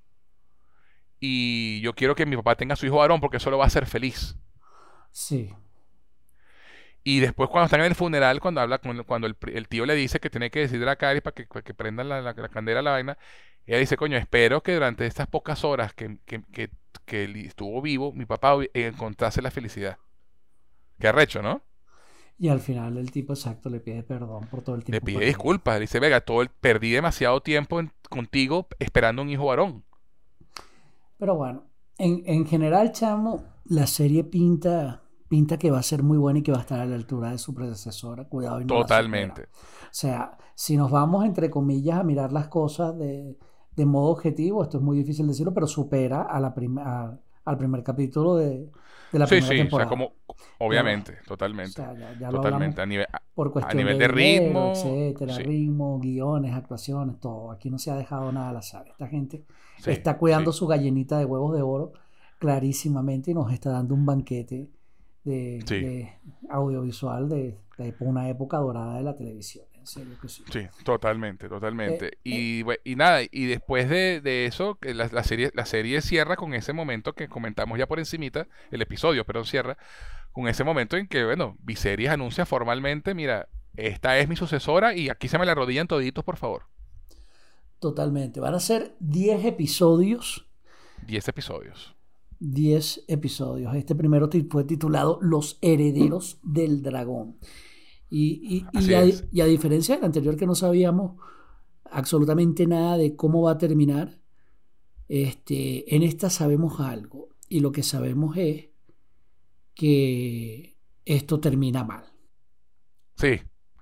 y yo quiero que mi papá tenga su hijo varón porque eso lo va a hacer feliz. Sí, Y después cuando están en el funeral, cuando el tío le dice que tiene que decirle a Caris para que prendan la candela a la vaina, ella dice, coño, espero que durante estas pocas horas que él estuvo vivo, mi papá encontrase la felicidad. Qué arrecho, ¿no? y al final el tipo exacto le pide perdón por todo el Le tiempo pide perdido. disculpas, le dice, Vega, perdí demasiado tiempo contigo esperando un hijo varón. Pero bueno, en general, chamo, la serie pinta que va a ser muy buena y que va a estar a la altura de su predecesora. Cuidado y no la supera. Totalmente. O sea, si nos vamos, entre comillas, a mirar las cosas de modo objetivo, esto es muy difícil decirlo, pero supera al primer capítulo de la Sí, primera sí, o sea, temporada. obviamente, O totalmente, sea, ya lo hablamos totalmente, por a cuestión nivel de de dinero, ritmo, etcétera, sí, ritmo, guiones, actuaciones, todo. Aquí no se ha dejado nada al azar. Esta gente sí, está sí, cuidando su gallinita de huevos de oro clarísimamente y nos está dando un banquete sí, de audiovisual de una época dorada de la televisión. En serio que sí. sí, totalmente, Eh, totalmente. eh, Y nada, y después de eso, que la serie cierra con ese momento que comentamos ya por encimita, el episodio, pero cierra, con ese momento en que, bueno, Viserys anuncia formalmente, mira, esta es mi sucesora y aquí se me la arrodillan toditos, por favor. Totalmente. Van a ser 10 episodios. 10 episodios. 10 episodios. Este primero fue titulado Los Herederos del Dragón. Así es. Y a diferencia del anterior que no sabíamos absolutamente nada de cómo va a terminar, en esta sabemos algo. Y lo que sabemos es que esto termina mal. Sí,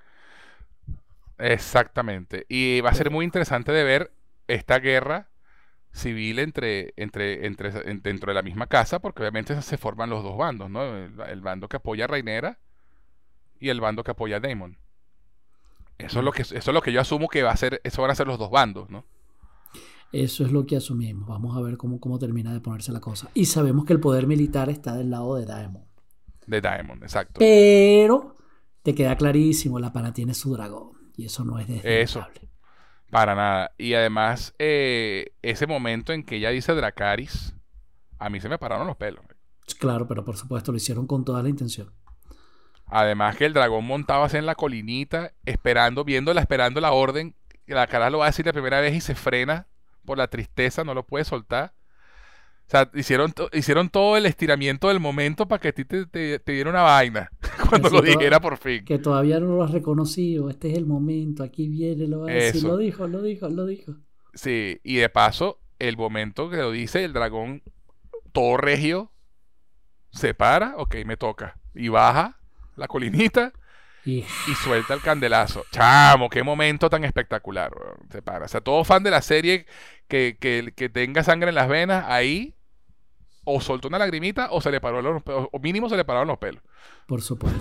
exactamente. Y va a ser Pero muy interesante de ver esta guerra civil dentro de la misma casa, porque obviamente se forman los dos bandos, ¿no? El bando que apoya a Rhaenyra y el bando que apoya a Daemon. Eso es lo que yo asumo que eso van a ser los dos bandos, ¿no? eso es lo que asumimos. Vamos a ver cómo termina de ponerse la cosa. Y sabemos que el poder militar está del lado de Daemon. De Daemon, exacto. Pero te queda clarísimo, la pana tiene su dragón. Y eso no es Eso, desdeñable. para nada. Y además, ese momento en que ella dice Dracarys, a mí se me pararon los pelos. Claro, pero por supuesto lo hicieron con toda la intención. Además que el dragón montaba así en la colinita, esperando la orden. La cara lo va a decir la primera vez y se frena por la tristeza, no lo puede soltar. O sea, hicieron todo el estiramiento del momento para que a ti te diera una vaina cuando Así lo dijera por fin. que todavía no lo has reconocido. Este es el momento. Aquí viene, lo va a decir. Eso. Lo dijo, lo dijo, lo dijo. Sí, y de paso, el momento que lo dice, el dragón todo regio se para, ok, me toca. Y baja la colinita Y y suelta el candelazo. Chamo, qué momento tan espectacular, weón. Se para. O sea, todo fan de la serie que tenga sangre en las venas, ahí o soltó una lagrimita o se le paró los pelos, o mínimo se le pararon los pelos. por supuesto.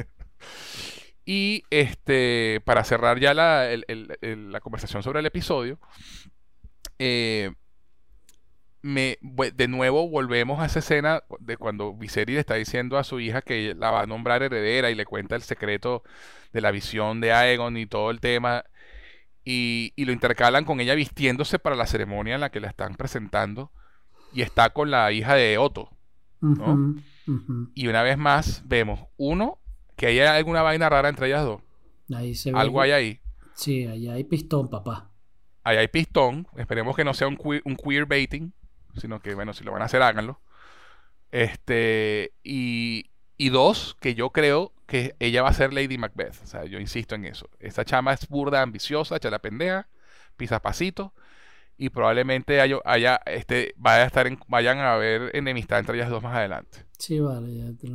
Y para cerrar ya la conversación sobre el episodio, eh, de nuevo volvemos a esa escena de cuando Viserys le está diciendo a su hija que la va a nombrar heredera y le cuenta el secreto de la visión de Aegon y todo el tema. Y lo intercalan con ella vistiéndose para la ceremonia en la que la están presentando. Y está con la hija de Otto, ¿no? Ujú, ujú. Y una vez más vemos, uno, que hay alguna vaina rara entre ellas dos. Ahí se ve. Algo hay ahí. Sí, ahí hay pistón, papá. Ahí hay pistón. Esperemos que no sea un queer baiting, sino que, bueno, si lo van a hacer, háganlo. Y dos, que yo creo que ella va a ser Lady Macbeth. O sea, yo insisto en eso. Esa chama es burda, ambiciosa, echa la pendeja, pisa pasito. Y probablemente vayan a haber enemistad entre ellas dos más adelante. Sí, vale.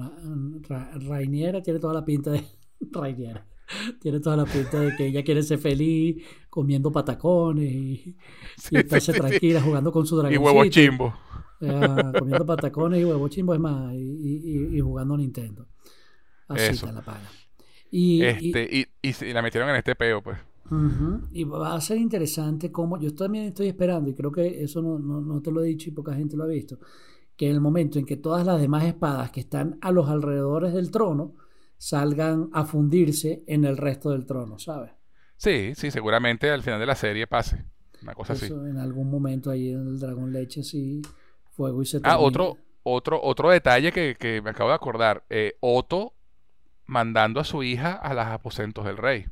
Rainiera tiene toda la pinta de. Rainiera. Tiene toda la pinta de que ella quiere ser feliz comiendo patacones y estarse tranquila jugando con su Y dragoncito. huevos chimbo. Comiendo patacones y huevos chimbos, es más, y jugando Nintendo. Así Eso. está la pana. Y La metieron en este peo, pues. ujú, y va a ser interesante cómo. Yo también estoy esperando, y creo que eso no te lo he dicho y poca gente lo ha visto, que en el momento en que todas las demás espadas que están a los alrededores del trono salgan a fundirse en el resto del trono, ¿sabes? Sí, seguramente al final de la serie pase. Una cosa así. Eso en algún momento ahí en el dragón leche así, fuego y se Ah, termina. otro detalle que me acabo de acordar. Otto mandando a su hija a los aposentos del rey.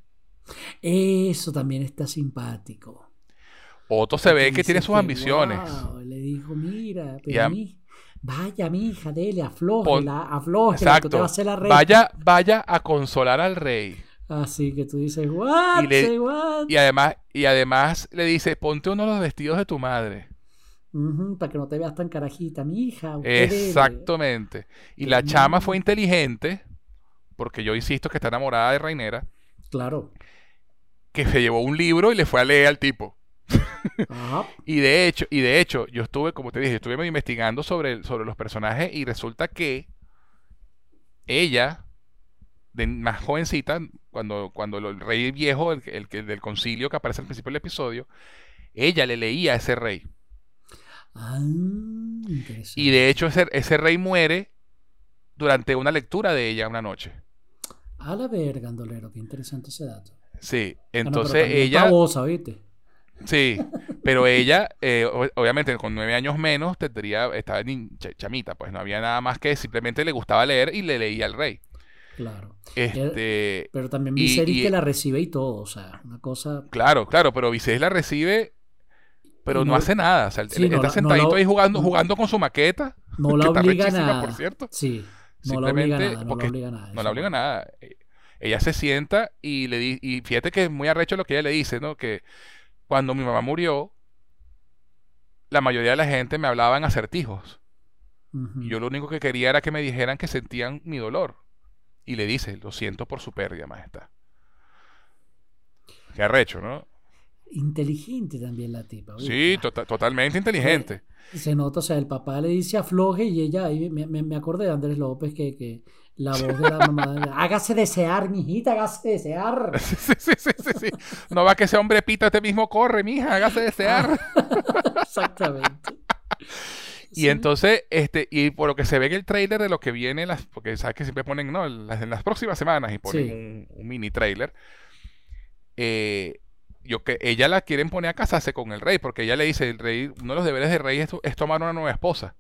Eso también está simpático. Otto se Porque ve que tiene dice sus que, ambiciones. wow, le dijo, mira, Y pero a- vaya, mi hija, dele, pon- aflójela, que usted va exacto. a ser la reina. Vaya a consolar al rey. Así que tú dices, Y, what, le, say what. y además le dice, ponte uno de los vestidos de tu madre. Ujú, para que no te veas tan carajita, mi hija, usted dele. Exactamente. Y Que la chama no. fue inteligente, porque yo insisto que está enamorada de Rhaenyra, Claro. que se llevó un libro y le fue a leer al tipo. Ajá. Y de hecho, yo estuve, como te dije, estuve medio investigando sobre los personajes y resulta que ella, de más jovencita, cuando el rey viejo, el del concilio que aparece al principio del episodio, ella le leía a ese rey. Ah, interesante. Y de hecho ese rey muere durante una lectura de ella una noche. A la verga, Andolero, qué interesante ese dato. Sí, Bueno, pero entonces también ella... babosa, ¿viste? Sí, pero ella, obviamente con 9 años menos, estaba chamita, pues no había nada más que simplemente le gustaba leer y le leía al rey. Claro. Pero también Viserys que la recibe y todo, o sea, una cosa... Claro, pero Viserys la recibe, pero no hace nada. O sea, sí, él está sentadito ahí jugando con su maqueta, no la que está obliga a rechísima, nada. por cierto. Sí, no la obliga a nada, no porque la obliga a nada. no la obliga a nada. Ella se sienta y fíjate que es muy arrecho lo que ella le dice, ¿no? Que cuando mi mamá murió, la mayoría de la gente me hablaba en acertijos. Uh-huh. Y yo lo único que quería era que me dijeran que sentían mi dolor. Y le dice, lo siento por su pérdida, majestad. Qué arrecho, ¿no? Inteligente también la tipa. Sí, totalmente inteligente. Se nota, o sea, el papá le dice afloje y ella, ahí me acordé de Andrés López que la voz de la mamá, hágase desear, mijita, hágase desear. Sí. No va que ese hombre pita, este mismo corre, mija, hágase desear. Exactamente. Y entonces, y por lo que se ve en el trailer de lo que viene, porque sabes que siempre ponen, ¿no? En las próximas semanas y ponen un mini trailer. Ella la quieren poner a casarse con el rey, porque ella le dice, el rey, uno de los deberes del rey es tomar una nueva esposa.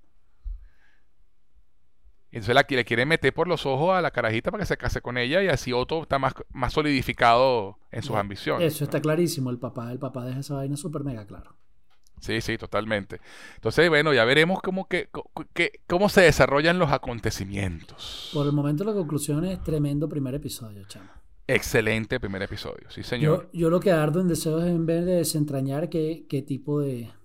Y entonces le quieren meter por los ojos a la carajita para que se case con ella y así Otto está más solidificado en sus ambiciones. Eso está clarísimo, el papá deja esa vaina súper mega claro. Sí, sí, totalmente. Entonces, bueno, ya veremos cómo se desarrollan los Por el acontecimientos. momento la conclusión es tremendo primer episodio, chamo. Excelente primer episodio, sí, señor. Yo lo que ardo en deseos es en vez de desentrañar qué tipo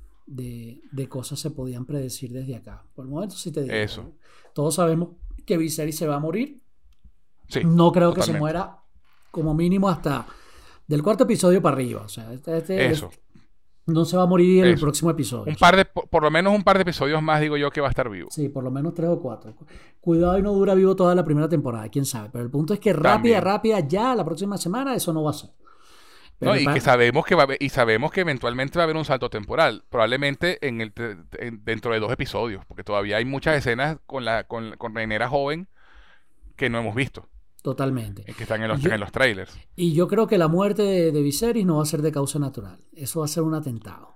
de cosas se podían predecir desde acá. Por el momento sí te digo, Eso, todos sabemos que Viserys se va a morir. sí, No creo que se totalmente. muera como mínimo hasta del cuarto episodio para arriba. O sea, Eso, no se va a morir en el eso. próximo episodio. Por lo menos un par de episodios más, digo yo, que va a estar vivo. Sí, por lo menos 3 o 4. Cuidado y no dura vivo toda la primera temporada, quién sabe. Pero el punto es que También. rápida, ya la próxima semana, eso no va a ser. ¿No? Pero Y que sabemos que y sabemos que eventualmente va a haber un salto temporal, probablemente dentro de 2 episodios, porque todavía hay muchas escenas con Rhaenyra joven que no hemos visto, totalmente. que están Y yo, en los trailers. y yo creo que la muerte de Viserys no va a ser de causa natural. Eso va a ser un atentado.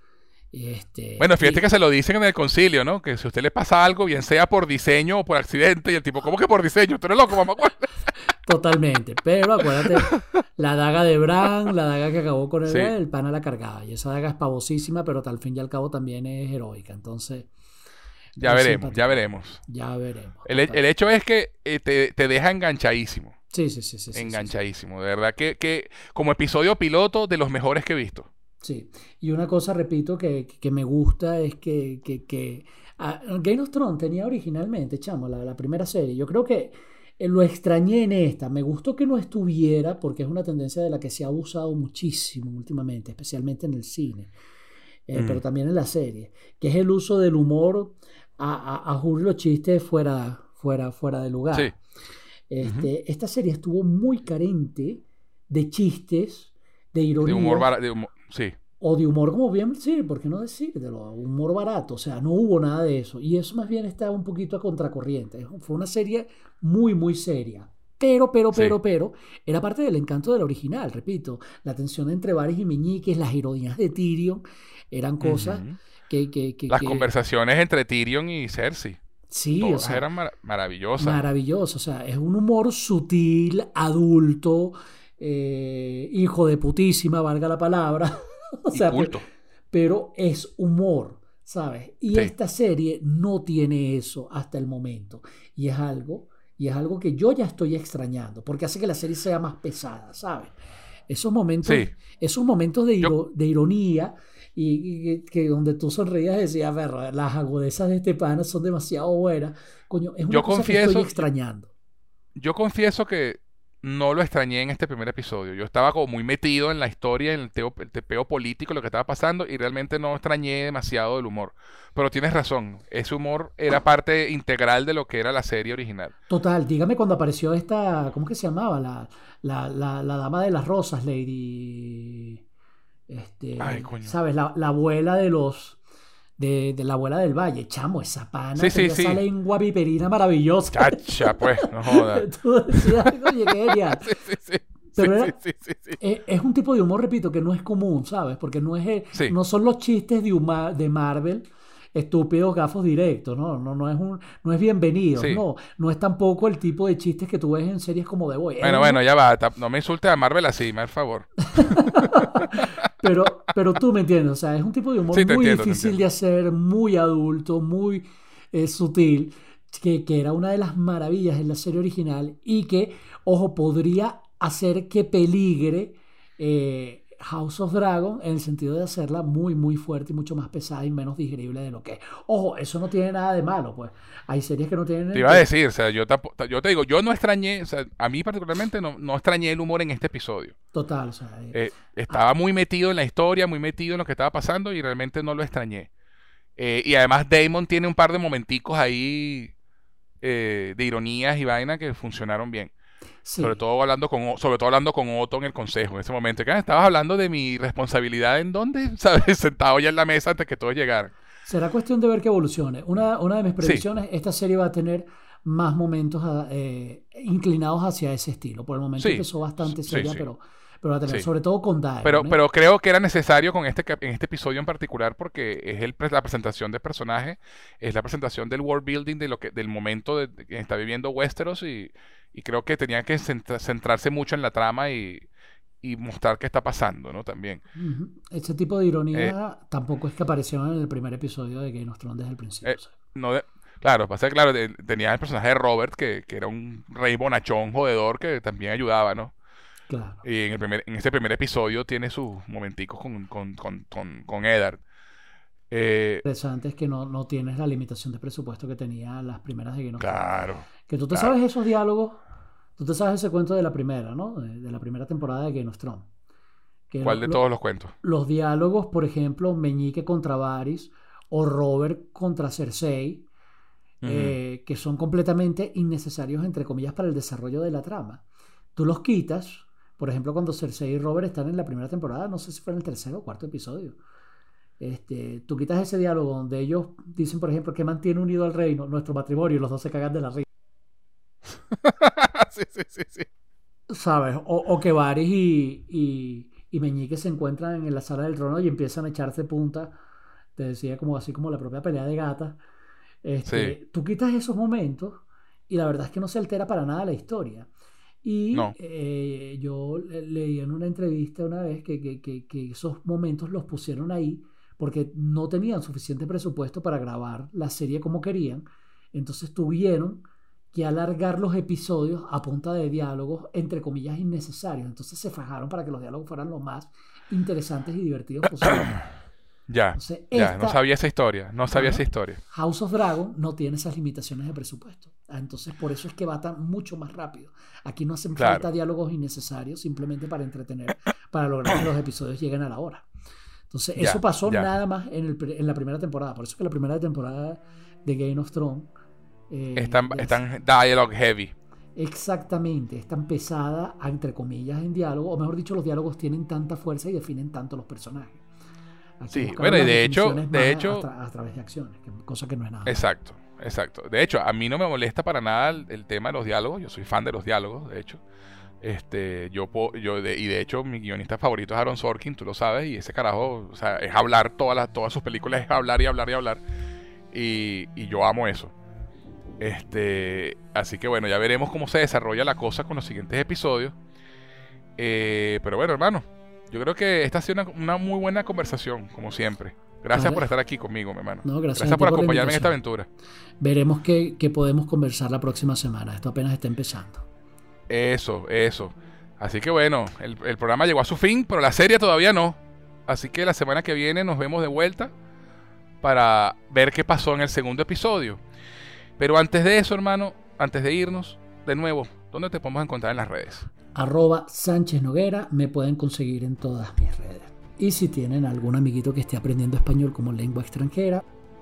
Bueno, fíjate Y que se lo dicen en el concilio, ¿no? Que si a usted le pasa algo, bien sea por diseño o por accidente, y el tipo, ¿cómo que por diseño? ¿Tú eres loco, mamá? totalmente. Pero acuérdate, la daga de Bran, la daga que acabó con Sí, el pana la cargaba. Y esa daga es pavosísima, pero al fin y al cabo también es heroica. Entonces, ya muy veremos, ya simpática. veremos. Ya veremos. El hecho es que te deja enganchadísimo, Sí. enganchadísimo. De verdad que como episodio piloto de los mejores que he visto. Sí, y una cosa, repito, que me gusta es Game of Thrones tenía originalmente, chamo, la primera serie. Yo creo que lo extrañé en esta. Me gustó que no estuviera porque es una tendencia de la que se ha abusado muchísimo últimamente, especialmente en el cine, pero Mm, también en la serie, que es el uso del humor a juzgar los chistes fuera de sí. lugar. Ujú. Esta serie estuvo muy carente de chistes, de De humor, ironías sí, o de humor, como bien, sí, ¿por qué no decírtelo? Humor barato, o sea, no hubo nada de eso. Y eso más bien estaba un poquito a contracorriente. Fue una serie muy seria. sí. Pero, era parte del encanto del original, repito. La tensión entre Varys y Meñiques, las ironías de Tyrion, eran cosas Ujú. Las que conversaciones entre Tyrion y Cersei, sí, o todas sea, eran maravillosas. maravilloso. O sea, es un humor sutil, adulto, hijo de putísima, valga la palabra. O Y sea, culto. pero es humor, ¿sabes? Y Sí, esta serie no tiene eso hasta el momento. Y es algo que yo ya estoy extrañando, porque hace que la serie sea más pesada, ¿sabes? Esos momentos, sí. esos momentos Yo, de ironía que donde tú sonreías y decías, "Perro, las agudezas de este pana son demasiado buenas. Coño, es una yo cosa que estoy confieso, extrañando. yo confieso que no lo extrañé en este primer episodio. Yo estaba como muy metido en la historia, en el tepeo político, lo que estaba pasando, y realmente no extrañé demasiado el humor. Pero tienes razón, ese humor era parte integral de lo que era la serie original. Total, dígame cuando apareció esta, ¿cómo es que se llamaba? La dama de las rosas, Lady. Ay, coño. ¿Sabes? La abuela de la abuela del Valle. Chamo, esa pana Sí, sí, tenía esa sí. lengua viperina maravillosa. Chacha, pues, no joda. Tú decías, oye, qué genial. Sí, sí, sí. Sí, Pero sí, sí, sí, sí. es un tipo de humor, repito, que no es común, ¿sabes? Porque Sí, no son los chistes de Marvel estúpidos gafos directos, no es bienvenidos, sí. no es tampoco el tipo de chistes que tú ves en series como The Boy. Es Bueno, uno, bueno, ya va. No me insultes a Marvel así, me por favor. pero tú me entiendes, o sea, es un tipo de humor Sí, te muy entiendo, te difícil de entiendo. hacer, muy adulto, muy sutil, que era una de las maravillas en la serie original y que, ojo, podría hacer que peligre House of Dragon en el sentido de hacerla muy fuerte y mucho más pesada y menos digerible de lo que es. Ojo, eso no tiene nada de malo, pues. Hay series que no Te tienen iba a decir, o sea, yo te digo, yo no extrañé, o sea, a mí particularmente no extrañé el humor en este episodio. total, o sea, Estaba muy metido en la historia, muy metido en lo que estaba pasando y realmente no lo extrañé. Y además Damon tiene un par de momenticos ahí de ironías y vaina que funcionaron bien. sí. Sobre todo hablando con Otto en el consejo, en ese momento. Que estabas hablando de mi responsabilidad en dónde, ¿sabes? Sentado ya en la mesa antes que todos llegaran. Será cuestión de ver que evolucione. Una de mis Sí, predicciones, esta serie va a tener más momentos inclinados hacia ese estilo. Por el momento sí, empezó bastante sí, seria, sí, pero va a tener, sí. sobre todo con Daemon, ¿eh? Pero creo que era necesario en este episodio en particular porque es la presentación de personajes, es la presentación del world building del momento que está viviendo Westeros y creo que tenía que centrarse mucho en la trama y y mostrar qué está pasando, ¿no? También. Ese tipo de ironía tampoco es que apareció en el primer episodio de Game of Thrones desde el principio. Claro, pasa que claro, tenía el personaje de Robert, que era un rey bonachón, jodedor, que también ayudaba, ¿no? Claro. Y en ese primer episodio tiene sus momenticos con Eddard. Interesante es que no tienes la limitación de presupuesto que tenía las primeras de Game of Thrones. Claro. Que tú te sabes esos diálogos, tú te sabes ese cuento de la primera, ¿no? De la primera temporada de Game of Thrones. ¿Cuál de todos los cuentos? Los diálogos, por ejemplo, Meñique contra Varys o Robert contra Cersei, que son completamente innecesarios, entre comillas, para el desarrollo de la trama. Tú los quitas, por ejemplo, cuando Cersei y Robert están en la primera temporada, no sé si fue en el tercer o cuarto episodio. Tú quitas ese diálogo donde ellos dicen, por ejemplo, que mantiene unido al reino nuestro matrimonio y los dos se cagan de la risa. Sí. ¿Sabes? O que Varys y Meñique se encuentran en la sala del trono y empiezan a echarse punta. Te decía, como así como la propia pelea de gatas. Tú quitas esos momentos y la verdad es que no se altera para nada la historia. Y no. Yo leí en una entrevista una vez que esos momentos los pusieron ahí porque no tenían suficiente presupuesto para grabar la serie como querían. Entonces tuvieron que alargar los episodios a punta de diálogos, entre comillas, innecesarios. Entonces se fajaron para que los diálogos fueran lo más interesantes y divertidos posibles. Entonces, no sabía esa historia. House of Dragon no tiene esas limitaciones de presupuesto. Entonces, por eso es que va mucho más rápido. Aquí no hacen falta diálogos innecesarios simplemente para entretener, para lograr que los episodios lleguen a la hora. Entonces, eso pasó nada más en la primera temporada. Por eso es que la primera temporada de Game of Thrones están dialogue heavy. Exactamente, es tan pesada, entre comillas, en diálogo, o mejor dicho, los diálogos tienen tanta fuerza y definen tanto los personajes. Aquí bueno, y de hecho a través de acciones, cosa que no es nada. Exacto. De hecho, a mí no me molesta para nada el tema de los diálogos. Yo soy fan de los diálogos, de hecho. Y de hecho, mi guionista favorito es Aaron Sorkin, tú lo sabes, y ese carajo, o sea, es hablar, todas sus películas es hablar y hablar y hablar. Y yo amo eso. Así que bueno, ya veremos cómo se desarrolla la cosa con los siguientes episodios. Pero bueno, hermano, yo creo que esta ha sido una muy buena conversación, como siempre. Gracias por estar aquí conmigo, mi hermano. No, gracias por acompañarme en esta aventura. Veremos qué podemos conversar la próxima semana. Esto apenas está empezando. Eso. Así que bueno, el programa llegó a su fin, pero la serie todavía no. Así que la semana que viene nos vemos de vuelta para ver qué pasó en el segundo episodio. Pero antes de eso, hermano, antes de irnos, de nuevo, ¿dónde te podemos encontrar en las redes? @Sánchez Noguera, me pueden conseguir en todas mis redes. Y si tienen algún amiguito que esté aprendiendo español como lengua extranjera,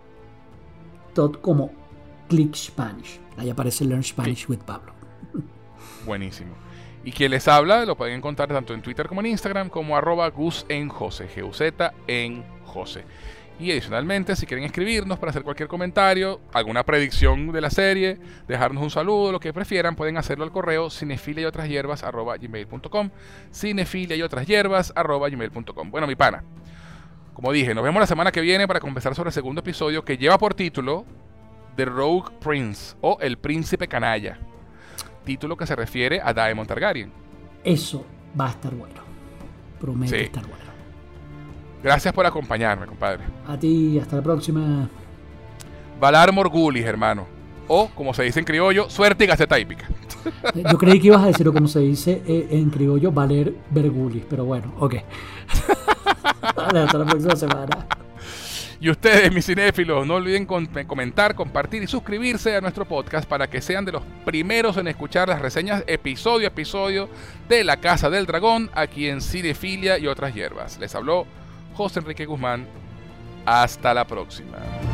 como Click Spanish. Ahí aparece Learn Spanish with Pablo. Buenísimo. Y quien les habla lo pueden encontrar tanto en Twitter como en Instagram como @GuzEnJose, G-U-Z en Jose. Y adicionalmente, si quieren escribirnos para hacer cualquier comentario, alguna predicción de la serie, dejarnos un saludo, lo que prefieran, pueden hacerlo al correo cinefiliayotrasyherbas@gmail.com, cinefiliayotrasyherbas@gmail.com. Bueno, mi pana, como dije, nos vemos la semana que viene para conversar sobre el segundo episodio, que lleva por título The Rogue Prince, o El Príncipe Canalla, título que se refiere a Daemon Targaryen. Eso va a estar bueno. Prometo estar bueno. Gracias por acompañarme, compadre. A ti, hasta la próxima. Valar Morgulis, hermano. O, como se dice en criollo, suerte y gaceta hípica. Yo creí que ibas a decirlo como se dice en criollo, Valer Vergulis, pero bueno, ok. Vale, hasta la próxima semana. Y ustedes, mis cinéfilos, no olviden comentar, compartir y suscribirse a nuestro podcast para que sean de los primeros en escuchar las reseñas episodio a episodio de La Casa del Dragón, aquí en Cinefilia y Otras Hierbas. Les habló José Enrique Guzmán. Hasta la próxima.